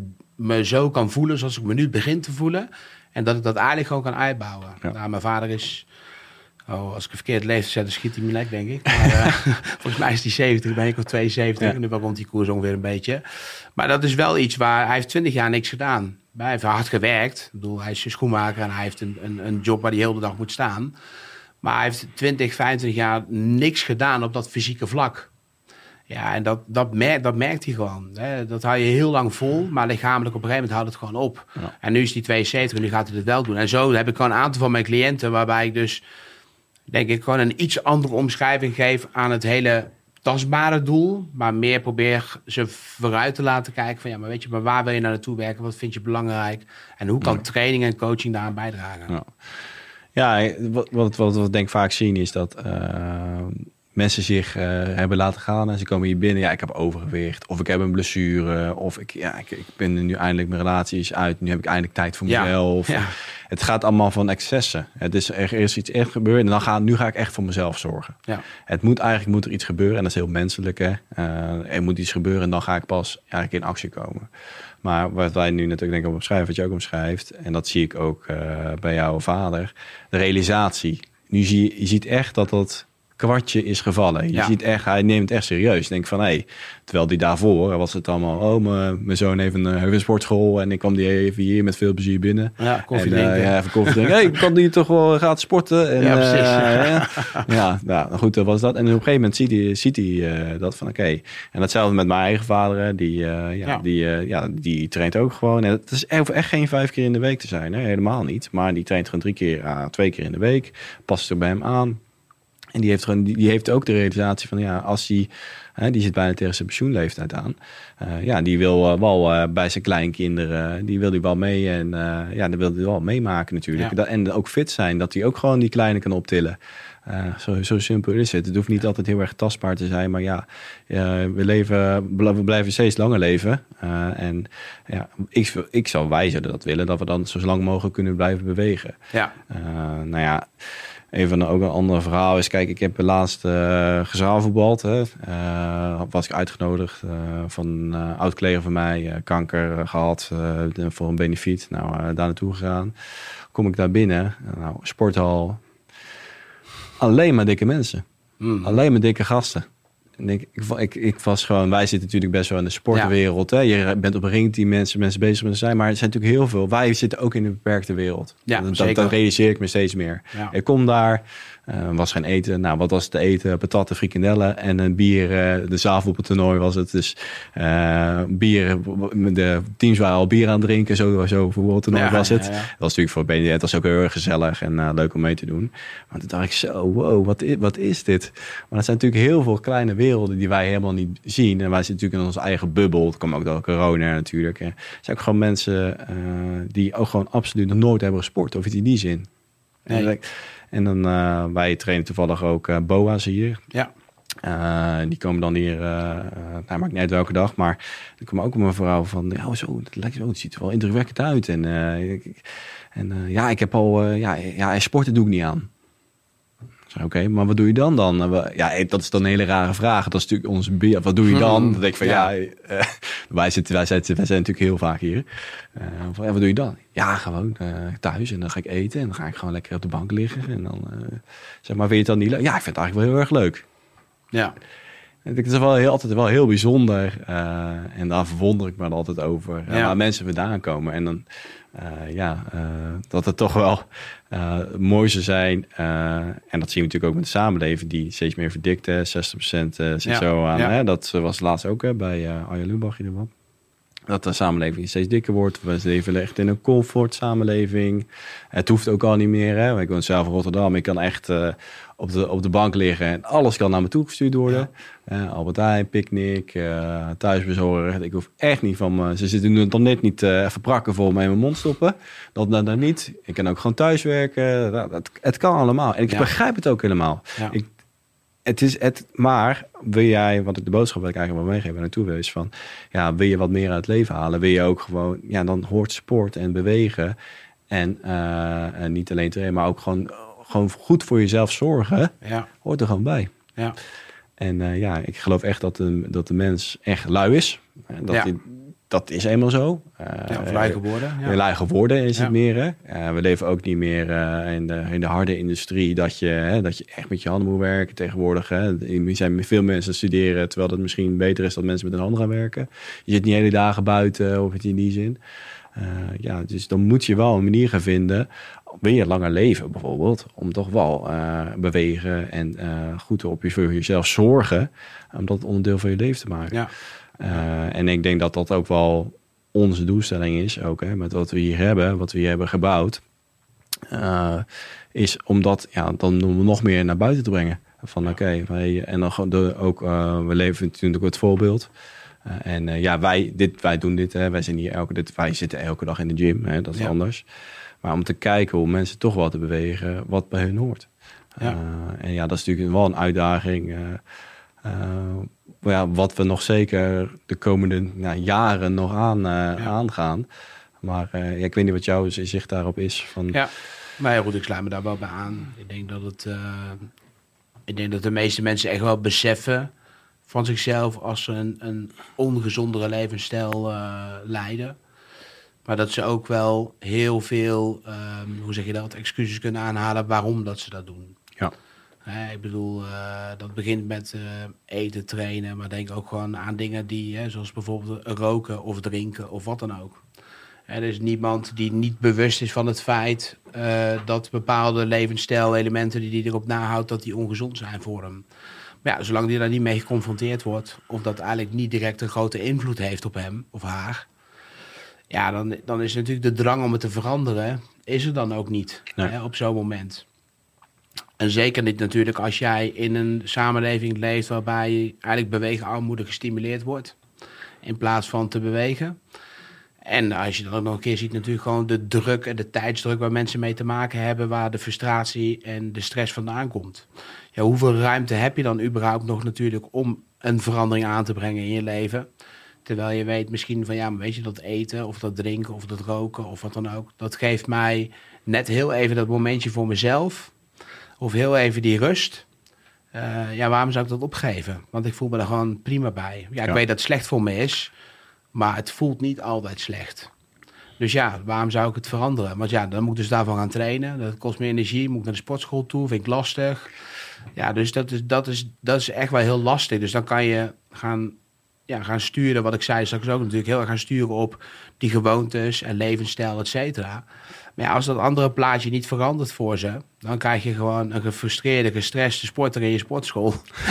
me zo kan voelen zoals ik me nu begin te voelen. En dat ik dat eigenlijk gewoon kan uitbouwen. Ja. Nou, mijn vader is... Oh, als ik een verkeerd leeftijd zet, dan schiet hij me lek, denk ik. Maar uh, volgens mij is hij zeventig, ben ik of tweeënzeventig. Ja. En nu rond die koers ongeveer een beetje. Maar dat is wel iets waar... Hij heeft twintig jaar niks gedaan. Hij heeft hard gewerkt. Ik bedoel, hij is schoenmaker en hij heeft een, een, een job waar hij heel de dag moet staan. Maar hij heeft twintig, vijfentwintig jaar niks gedaan op dat fysieke vlak. Ja, en dat, dat, merkt, dat merkt hij gewoon. Hè. Dat hou je heel lang vol, maar lichamelijk op een gegeven moment houdt het gewoon op. Ja. En nu is hij tweeënzeventig en nu gaat hij het wel doen. En zo heb ik gewoon een aantal van mijn cliënten waarbij ik dus... denk ik gewoon een iets andere omschrijving geef aan het hele tastbare doel. Maar meer probeer ze vooruit te laten kijken van ja, maar weet je, maar waar wil je nou naartoe werken? Wat vind je belangrijk? En hoe kan training en coaching daaraan bijdragen? Ja, ja wat, wat, wat we denk vaak zien is dat uh, mensen zich uh, hebben laten gaan en ze komen hier binnen. Ja, ik heb overgewicht of ik heb een blessure of ik, ja, ik, ik ben nu eindelijk mijn relatie is uit. Nu heb ik eindelijk tijd voor mezelf. Ja, ja. Het gaat allemaal van excessen. Het is er is iets echt gebeurd en dan ga, nu ga ik echt voor mezelf zorgen. Ja. Het moet eigenlijk moet er iets gebeuren en dat is heel menselijk. Hè? Uh, er moet iets gebeuren en dan ga ik pas eigenlijk in actie komen. Maar wat wij nu natuurlijk denk ik omschrijven, wat je ook omschrijft, en dat zie ik ook uh, bij jouw vader, de realisatie. nu zie je, je ziet echt dat dat kwartje is gevallen. Je Ja. ziet echt, hij neemt het echt serieus. Je denkt van, hé, hey, terwijl die daarvoor was het allemaal, oh, mijn, mijn zoon heeft een, heeft een sportschool en ik kwam die even hier met veel plezier binnen. Ja, koffie en, uh, drinken. ja, even koffie drinken. Hey, kan die toch wel gaan sporten? En, Ja, precies. Uh, ja, ja, nou goed, dat was dat. En op een gegeven moment ziet hij, ziet hij uh, dat van, oké. Okay. En datzelfde met mijn eigen vader, die, uh, ja, Ja. Die, uh, ja, die traint ook gewoon. En het is echt, echt geen vijf keer in de week te zijn, hè? Helemaal niet. Maar die traint gewoon drie keer, uh, twee keer in de week. Past er bij hem aan. En die heeft, gewoon, die, die heeft ook de realisatie van, ja, als hij, hè, die zit bijna tegen zijn pensioenleeftijd aan. Uh, ja, die wil uh, wel uh, bij zijn kleinkinderen, die wil hij wel mee. En uh, ja, dat wil hij wel meemaken natuurlijk. Ja. Dat, en ook fit zijn, dat hij ook gewoon die kleine kan optillen. Uh, zo, zo simpel is het. Het hoeft niet altijd heel erg tastbaar te zijn, maar ja, uh, we, leven, we blijven steeds langer leven. Uh, en ja, ik, ik zou wij zouden dat willen, dat we dan zo lang mogelijk kunnen blijven bewegen. Ja. Uh, nou ja, even ook een ander verhaal is, kijk, ik heb laatst uh, gezaalvoetbald. Hè. Uh, was ik uitgenodigd uh, van een uh, oud collega van mij, uh, kanker uh, gehad uh, voor een benefiet. Nou, uh, daar naartoe gegaan. Kom ik daar binnen, nou, sporthal. Alleen maar dikke mensen. Mm. Alleen maar dikke gasten. En ik, ik, ik, ik was gewoon, wij zitten natuurlijk best wel in de sportwereld. Ja. Hè? Je bent op een ring die mensen, mensen bezig met zijn. Maar er zijn natuurlijk heel veel. Wij zitten ook in een beperkte wereld. Ja, dat, zeker. dat realiseer ik me steeds meer. Ja. Ik kom daar, uh, was geen eten. Nou, wat was te eten? Patatten, frikandellen en een bier. Uh, de zaalvoetbaltoernooi was het. Dus uh, bier, de teams waren al bier aan het drinken. Zo, zo voetbaltoernooi ja, was het. Ja, ja. Dat was natuurlijk voor B N D. Het was ook heel erg gezellig en uh, leuk om mee te doen. Maar toen dacht ik zo, wow, wat is, wat is dit? Maar het zijn natuurlijk heel veel kleine werelden die wij helemaal niet zien. En wij zitten natuurlijk in onze eigen bubbel. Het kwam ook door corona natuurlijk. Er zijn ook gewoon mensen uh, die ook gewoon absoluut nog nooit hebben gesport. Of iets in die zin. Nee. En, en dan, uh, wij trainen toevallig ook uh, B O A's hier. Ja. Uh, die komen dan hier, uh, nou, maakt niet uit welke dag, maar er kwam ook een vrouw van, ja, zo, het, lijkt, oh, het ziet er wel indrukwekkend uit. En, uh, en uh, ja, ik heb al, uh, ja, ja, sporten doe ik niet aan. Oké, okay, maar wat doe je dan dan? Ja, dat is dan een hele rare vraag. Dat is natuurlijk onze bier. Wat doe je dan? Dan denk ik van ja, ja uh, wij, zitten, wij, zitten, wij zijn natuurlijk heel vaak hier. Uh, van, ja, wat doe je dan? Ja, gewoon uh, thuis en dan ga ik eten en dan ga ik gewoon lekker op de bank liggen. En dan uh, zeg maar, vind je het dan niet leuk? Ja, ik vind het eigenlijk wel heel erg leuk. Ja. Het is wel heel, altijd wel heel bijzonder. Uh, en daar verwonder ik me altijd over. Uh, ja. Waar mensen vandaan komen. En dan, uh, ja, uh, dat het toch wel uh, mooi zou zijn. Uh, en dat zien we natuurlijk ook met de samenleving. Die steeds meer verdikt. Hè. zestig procent uh, zit ja. zo aan. Ja. Hè. Dat was laatst ook hè, bij uh, Arjen Lubach in de wap. Dat de samenleving steeds dikker wordt. We leven echt in een comfort samenleving. Het hoeft ook al niet meer. Hè. Ik woon zelf in Rotterdam. Ik kan echt uh, op, de, op de bank liggen. En alles kan naar me toe gestuurd worden. Ja. Uh, Albert Heijn, picknick, uh, thuisbezorgd. Ik hoef echt niet van me. Ze zitten nu dan net niet uh, even prakken voor me in mijn mond stoppen. Dat dan, dan niet. Ik kan ook gewoon thuiswerken. Dat, dat, het kan allemaal. En ik ja. begrijp het ook helemaal. Ja. Ik, Het is het, maar wil jij, wat ik de boodschap wil ik eigenlijk wel meegeven naartoe wil, is van, ja, wil je wat meer uit het leven halen? Wil je ook gewoon, ja, dan hoort sport en bewegen en, uh, en niet alleen trainen, maar ook gewoon, gewoon goed voor jezelf zorgen, ja. hoort er gewoon bij. Ja. En uh, ja, ik geloof echt dat de, dat de mens echt lui is. Dat, ja. die, dat is eenmaal zo. Uh, ja, of lui geworden. Ja. Lui geworden is ja. het meer. Hè? Uh, we leven ook niet meer uh, in, de, in de harde industrie dat je, hè, dat je echt met je handen moet werken tegenwoordig. Hè? Er zijn veel mensen studeren, terwijl het misschien beter is dat mensen met hun handen gaan werken. Je zit niet hele dagen buiten of iets in die zin. Uh, ja, dus dan moet je wel een manier gaan vinden. Wil je langer leven bijvoorbeeld, om toch wel uh, bewegen en uh, goed op je, voor jezelf zorgen, om dat onderdeel van je leven te maken. Ja. Uh, en ik denk dat dat ook wel onze doelstelling is, ook hè, met wat we hier hebben, wat we hier hebben gebouwd, uh, is om dat ja, dan nog meer naar buiten te brengen. Van ja. oké, okay, en dan de, ook, uh, we leven natuurlijk het voorbeeld. Uh, en uh, ja, wij, dit, wij doen dit, hè, wij zijn hier elke, dit, wij zitten elke dag in de gym, hè, dat is ja. anders. Maar om te kijken hoe mensen toch wel te bewegen, wat bij hun hoort. Ja. Uh, en ja, dat is natuurlijk wel een uitdaging. Uh, uh, ja, wat we nog zeker de komende nou, jaren nog aan, uh, ja. aangaan. Maar uh, ja, ik weet niet wat jouw zicht daarop is. Van... Ja, maar ja, goed, ik sluit me daar wel bij aan. Ik denk dat het, uh, ik denk dat de meeste mensen echt wel beseffen van zichzelf als ze een, een ongezondere levensstijl uh, leiden. Maar dat ze ook wel heel veel, um, hoe zeg je dat, excuses kunnen aanhalen waarom dat ze dat doen. Ja. Uh, ik bedoel, uh, dat begint met uh, eten, trainen, maar denk ook gewoon aan dingen die, hè, zoals bijvoorbeeld roken of drinken of wat dan ook. Er is niemand die niet bewust is van het feit uh, dat bepaalde levensstijlelementen die hij erop nahoudt, dat die ongezond zijn voor hem. Maar ja, zolang die daar niet mee geconfronteerd wordt, of dat eigenlijk niet direct een grote invloed heeft op hem of haar, ja, dan, dan is natuurlijk de drang om het te veranderen, is er dan ook niet, nee. hè, op zo'n moment. En zeker niet natuurlijk als jij in een samenleving leeft waarbij eigenlijk beweegarmoede gestimuleerd wordt, in plaats van te bewegen. En als je dan ook nog een keer ziet natuurlijk gewoon de druk en de tijdsdruk waar mensen mee te maken hebben, waar de frustratie en de stress vandaan komt. Ja, hoeveel ruimte heb je dan überhaupt nog natuurlijk om een verandering aan te brengen in je leven? Terwijl je weet misschien van ja, maar weet je, dat eten of dat drinken of dat roken of wat dan ook, dat geeft mij net heel even dat momentje voor mezelf of heel even die rust. Uh, ja, waarom zou ik dat opgeven? Want ik voel me er gewoon prima bij. Ja, ik ja. weet dat het slecht voor me is, maar het voelt niet altijd slecht. Dus ja, waarom zou ik het veranderen? Want ja, dan moet ik dus daarvan gaan trainen. Dat kost me energie, moet ik naar de sportschool toe, vind ik lastig. Ja, dus dat is, dat is, dat is echt wel heel lastig. Dus dan kan je gaan, ja, gaan sturen, wat ik zei straks ook natuurlijk, heel erg gaan sturen op die gewoontes en levensstijl, et cetera. Maar ja, als dat andere plaatje niet verandert voor ze, dan krijg je gewoon een gefrustreerde, gestreste sporter in je sportschool.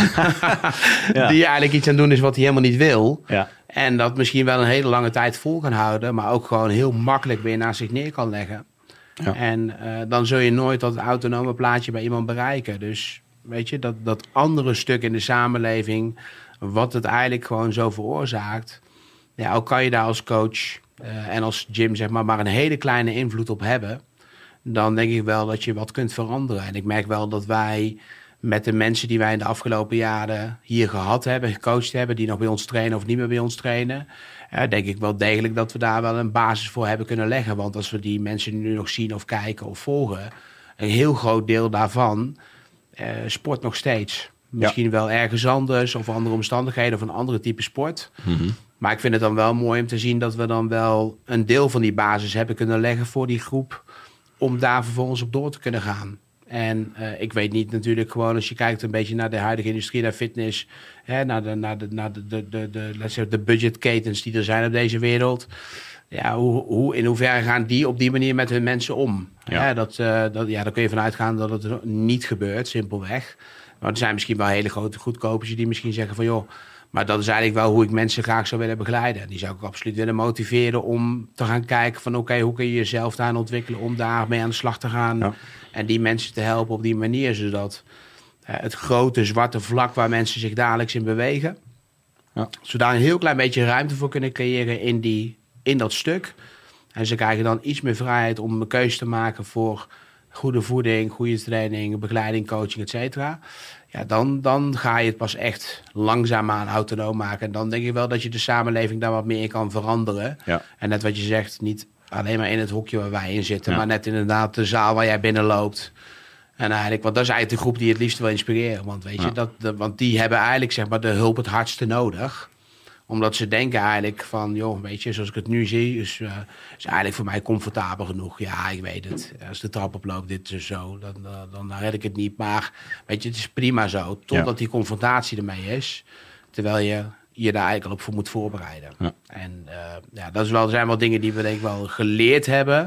ja. Die eigenlijk iets aan doen is wat hij helemaal niet wil. Ja. En dat misschien wel een hele lange tijd vol kan houden, maar ook gewoon heel makkelijk weer naast zich neer kan leggen. Ja. En uh, dan zul je nooit dat autonome plaatje bij iemand bereiken. Dus weet je, dat, dat andere stuk in de samenleving, wat het eigenlijk gewoon zo veroorzaakt. Ja, ook kan je daar als coach uh, en als gym zeg maar, maar een hele kleine invloed op hebben, dan denk ik wel dat je wat kunt veranderen. En ik merk wel dat wij met de mensen die wij in de afgelopen jaren hier gehad hebben, gecoacht hebben, die nog bij ons trainen of niet meer bij ons trainen, uh, denk ik wel degelijk dat we daar wel een basis voor hebben kunnen leggen. Want als we die mensen nu nog zien of kijken of volgen, een heel groot deel daarvan uh, sport nog steeds. Misschien ja. wel ergens anders of andere omstandigheden of een andere type sport. Mm-hmm. Maar ik vind het dan wel mooi om te zien dat we dan wel een deel van die basis hebben kunnen leggen voor die groep, om daar vervolgens op door te kunnen gaan. En uh, ik weet niet natuurlijk gewoon, als je kijkt een beetje naar de huidige industrie, naar fitness, hè, naar de, naar de, naar de, de, de, de, let's say, de budgetketens die er zijn op deze wereld. Ja, hoe, hoe, in hoeverre gaan die op die manier met hun mensen om? Ja. Hè, dat, uh, dat, ja, daar kun je vanuit gaan dat het niet gebeurt, simpelweg. Maar er zijn misschien wel hele grote goedkopers die misschien zeggen van joh, maar dat is eigenlijk wel hoe ik mensen graag zou willen begeleiden. Die zou ik absoluut willen motiveren om te gaan kijken van oké, okay, hoe kun je jezelf daar ontwikkelen om daarmee aan de slag te gaan. Ja. En die mensen te helpen op die manier, zodat uh, het grote zwarte vlak waar mensen zich dagelijks in bewegen, ja. ze daar een heel klein beetje ruimte voor kunnen creëren in, die, in dat stuk. En ze krijgen dan iets meer vrijheid om een keuze te maken voor goede voeding, goede training, begeleiding, coaching, et cetera. Ja, dan, dan ga je het pas echt langzaamaan autonoom maken. En dan denk ik wel dat je de samenleving daar wat meer in kan veranderen. Ja. En net wat je zegt, niet alleen maar in het hokje waar wij in zitten, ja. maar net inderdaad de zaal waar jij binnenloopt. En eigenlijk, want dat is eigenlijk de groep die je het liefst wil inspireren. Want weet je, ja. dat, de, want die hebben eigenlijk zeg maar de hulp het hardste nodig. Omdat ze denken eigenlijk van, joh, weet je, zoals ik het nu zie, is, uh, is eigenlijk voor mij comfortabel genoeg. Ja, ik weet het. Als de trap oploopt, dit is zo, dan, uh, dan red ik het niet. Maar weet je, het is prima zo, totdat ja. die confrontatie ermee is. Terwijl je je daar eigenlijk al op voor moet voorbereiden. Ja. En uh, ja, dat is wel, zijn wel dingen die we denk ik wel geleerd hebben.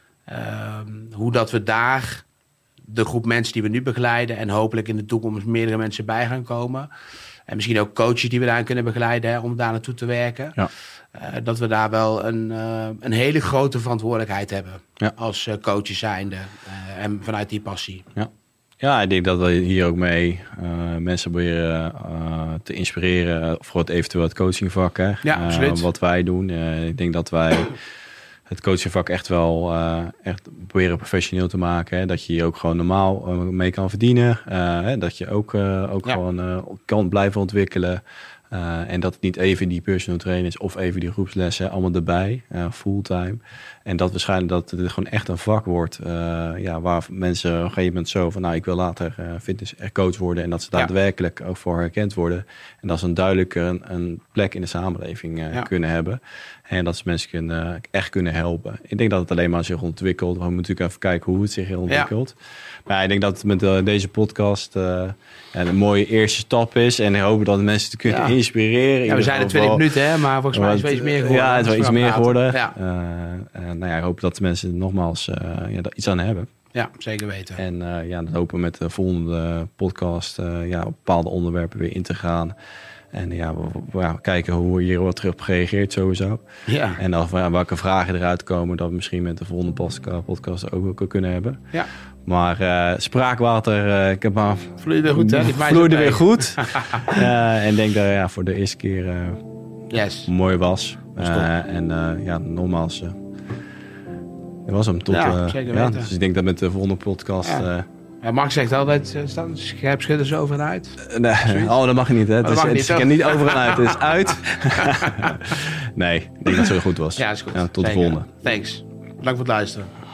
Uh, hoe dat we daar de groep mensen die we nu begeleiden en hopelijk in de toekomst meerdere mensen bij gaan komen. En misschien ook coaches die we daar kunnen begeleiden, hè, om daar naartoe te werken. Ja. Uh, dat we daar wel een, uh, een hele grote verantwoordelijkheid hebben. Ja. Als uh, coaches zijnde. Uh, en vanuit die passie. Ja. ja, ik denk dat we hier ook mee uh, mensen proberen uh, te inspireren voor het eventueel het coachingvak. Hè. Ja, absoluut. Uh, wat wij doen. Uh, ik denk dat wij het coachingvak echt wel uh, echt proberen professioneel te maken. Hè? Dat je hier ook gewoon normaal uh, mee kan verdienen. Uh, hè? Dat je ook, uh, ook ja. gewoon uh, kan blijven ontwikkelen. Uh, en dat het niet even die personal trainer is of even die groepslessen, allemaal erbij, uh, fulltime. En dat waarschijnlijk dat het gewoon echt een vak wordt, uh, ja, waar mensen op een gegeven moment zo van, nou, ik wil later uh, fitnesscoach worden en dat ze daadwerkelijk ja. ook voor herkend worden. En dat ze een duidelijk een, een plek in de samenleving uh, ja. kunnen hebben. En dat ze mensen kunnen, uh, echt kunnen helpen. Ik denk dat het alleen maar zich ontwikkelt. We moeten natuurlijk even kijken hoe het zich ontwikkelt. Ja. Maar ik denk dat het met uh, deze podcast uh, een mooie eerste stap is. En ik hoop dat mensen het kunnen ja. inspireren. Ja, we zijn er twintig minuten, hè, maar volgens mij is het iets meer geworden. Ja, het is wel iets meer geworden. Ja. Uh, uh, nou ja, ik hoop dat de mensen nogmaals uh, ja, daar iets aan hebben. Ja, zeker weten. En uh, ja, dan hopen we met de volgende podcast uh, ja, op bepaalde onderwerpen weer in te gaan. En ja, we, we, we kijken hoe hier wat terug op gereageerd sowieso. Ja. En of, ja, welke vragen eruit komen, dat we misschien met de volgende podcast ook wel kunnen hebben. Ja. Maar uh, spraakwater, uh, ik heb maar... Vloeide goed, hè? Vloeide weer goed. uh, en ik denk dat ja, voor de eerste keer uh, yes. mooi was. Uh, en uh, ja, nogmaals... Uh, dat was hem tot... Ja, uh, zeker ja, weten. dus ik denk dat met de volgende podcast... Ja. Uh, Ja, Mark zegt altijd, staan scherpschutters over en uit? Nee, oh, dat mag niet, hè? Het is, het is niet, niet over en uit, het is uit. Nee, ik denk dat het zo goed was. Ja, is goed. Ja, tot zeker. de volgende. Thanks. Bedankt voor het luisteren.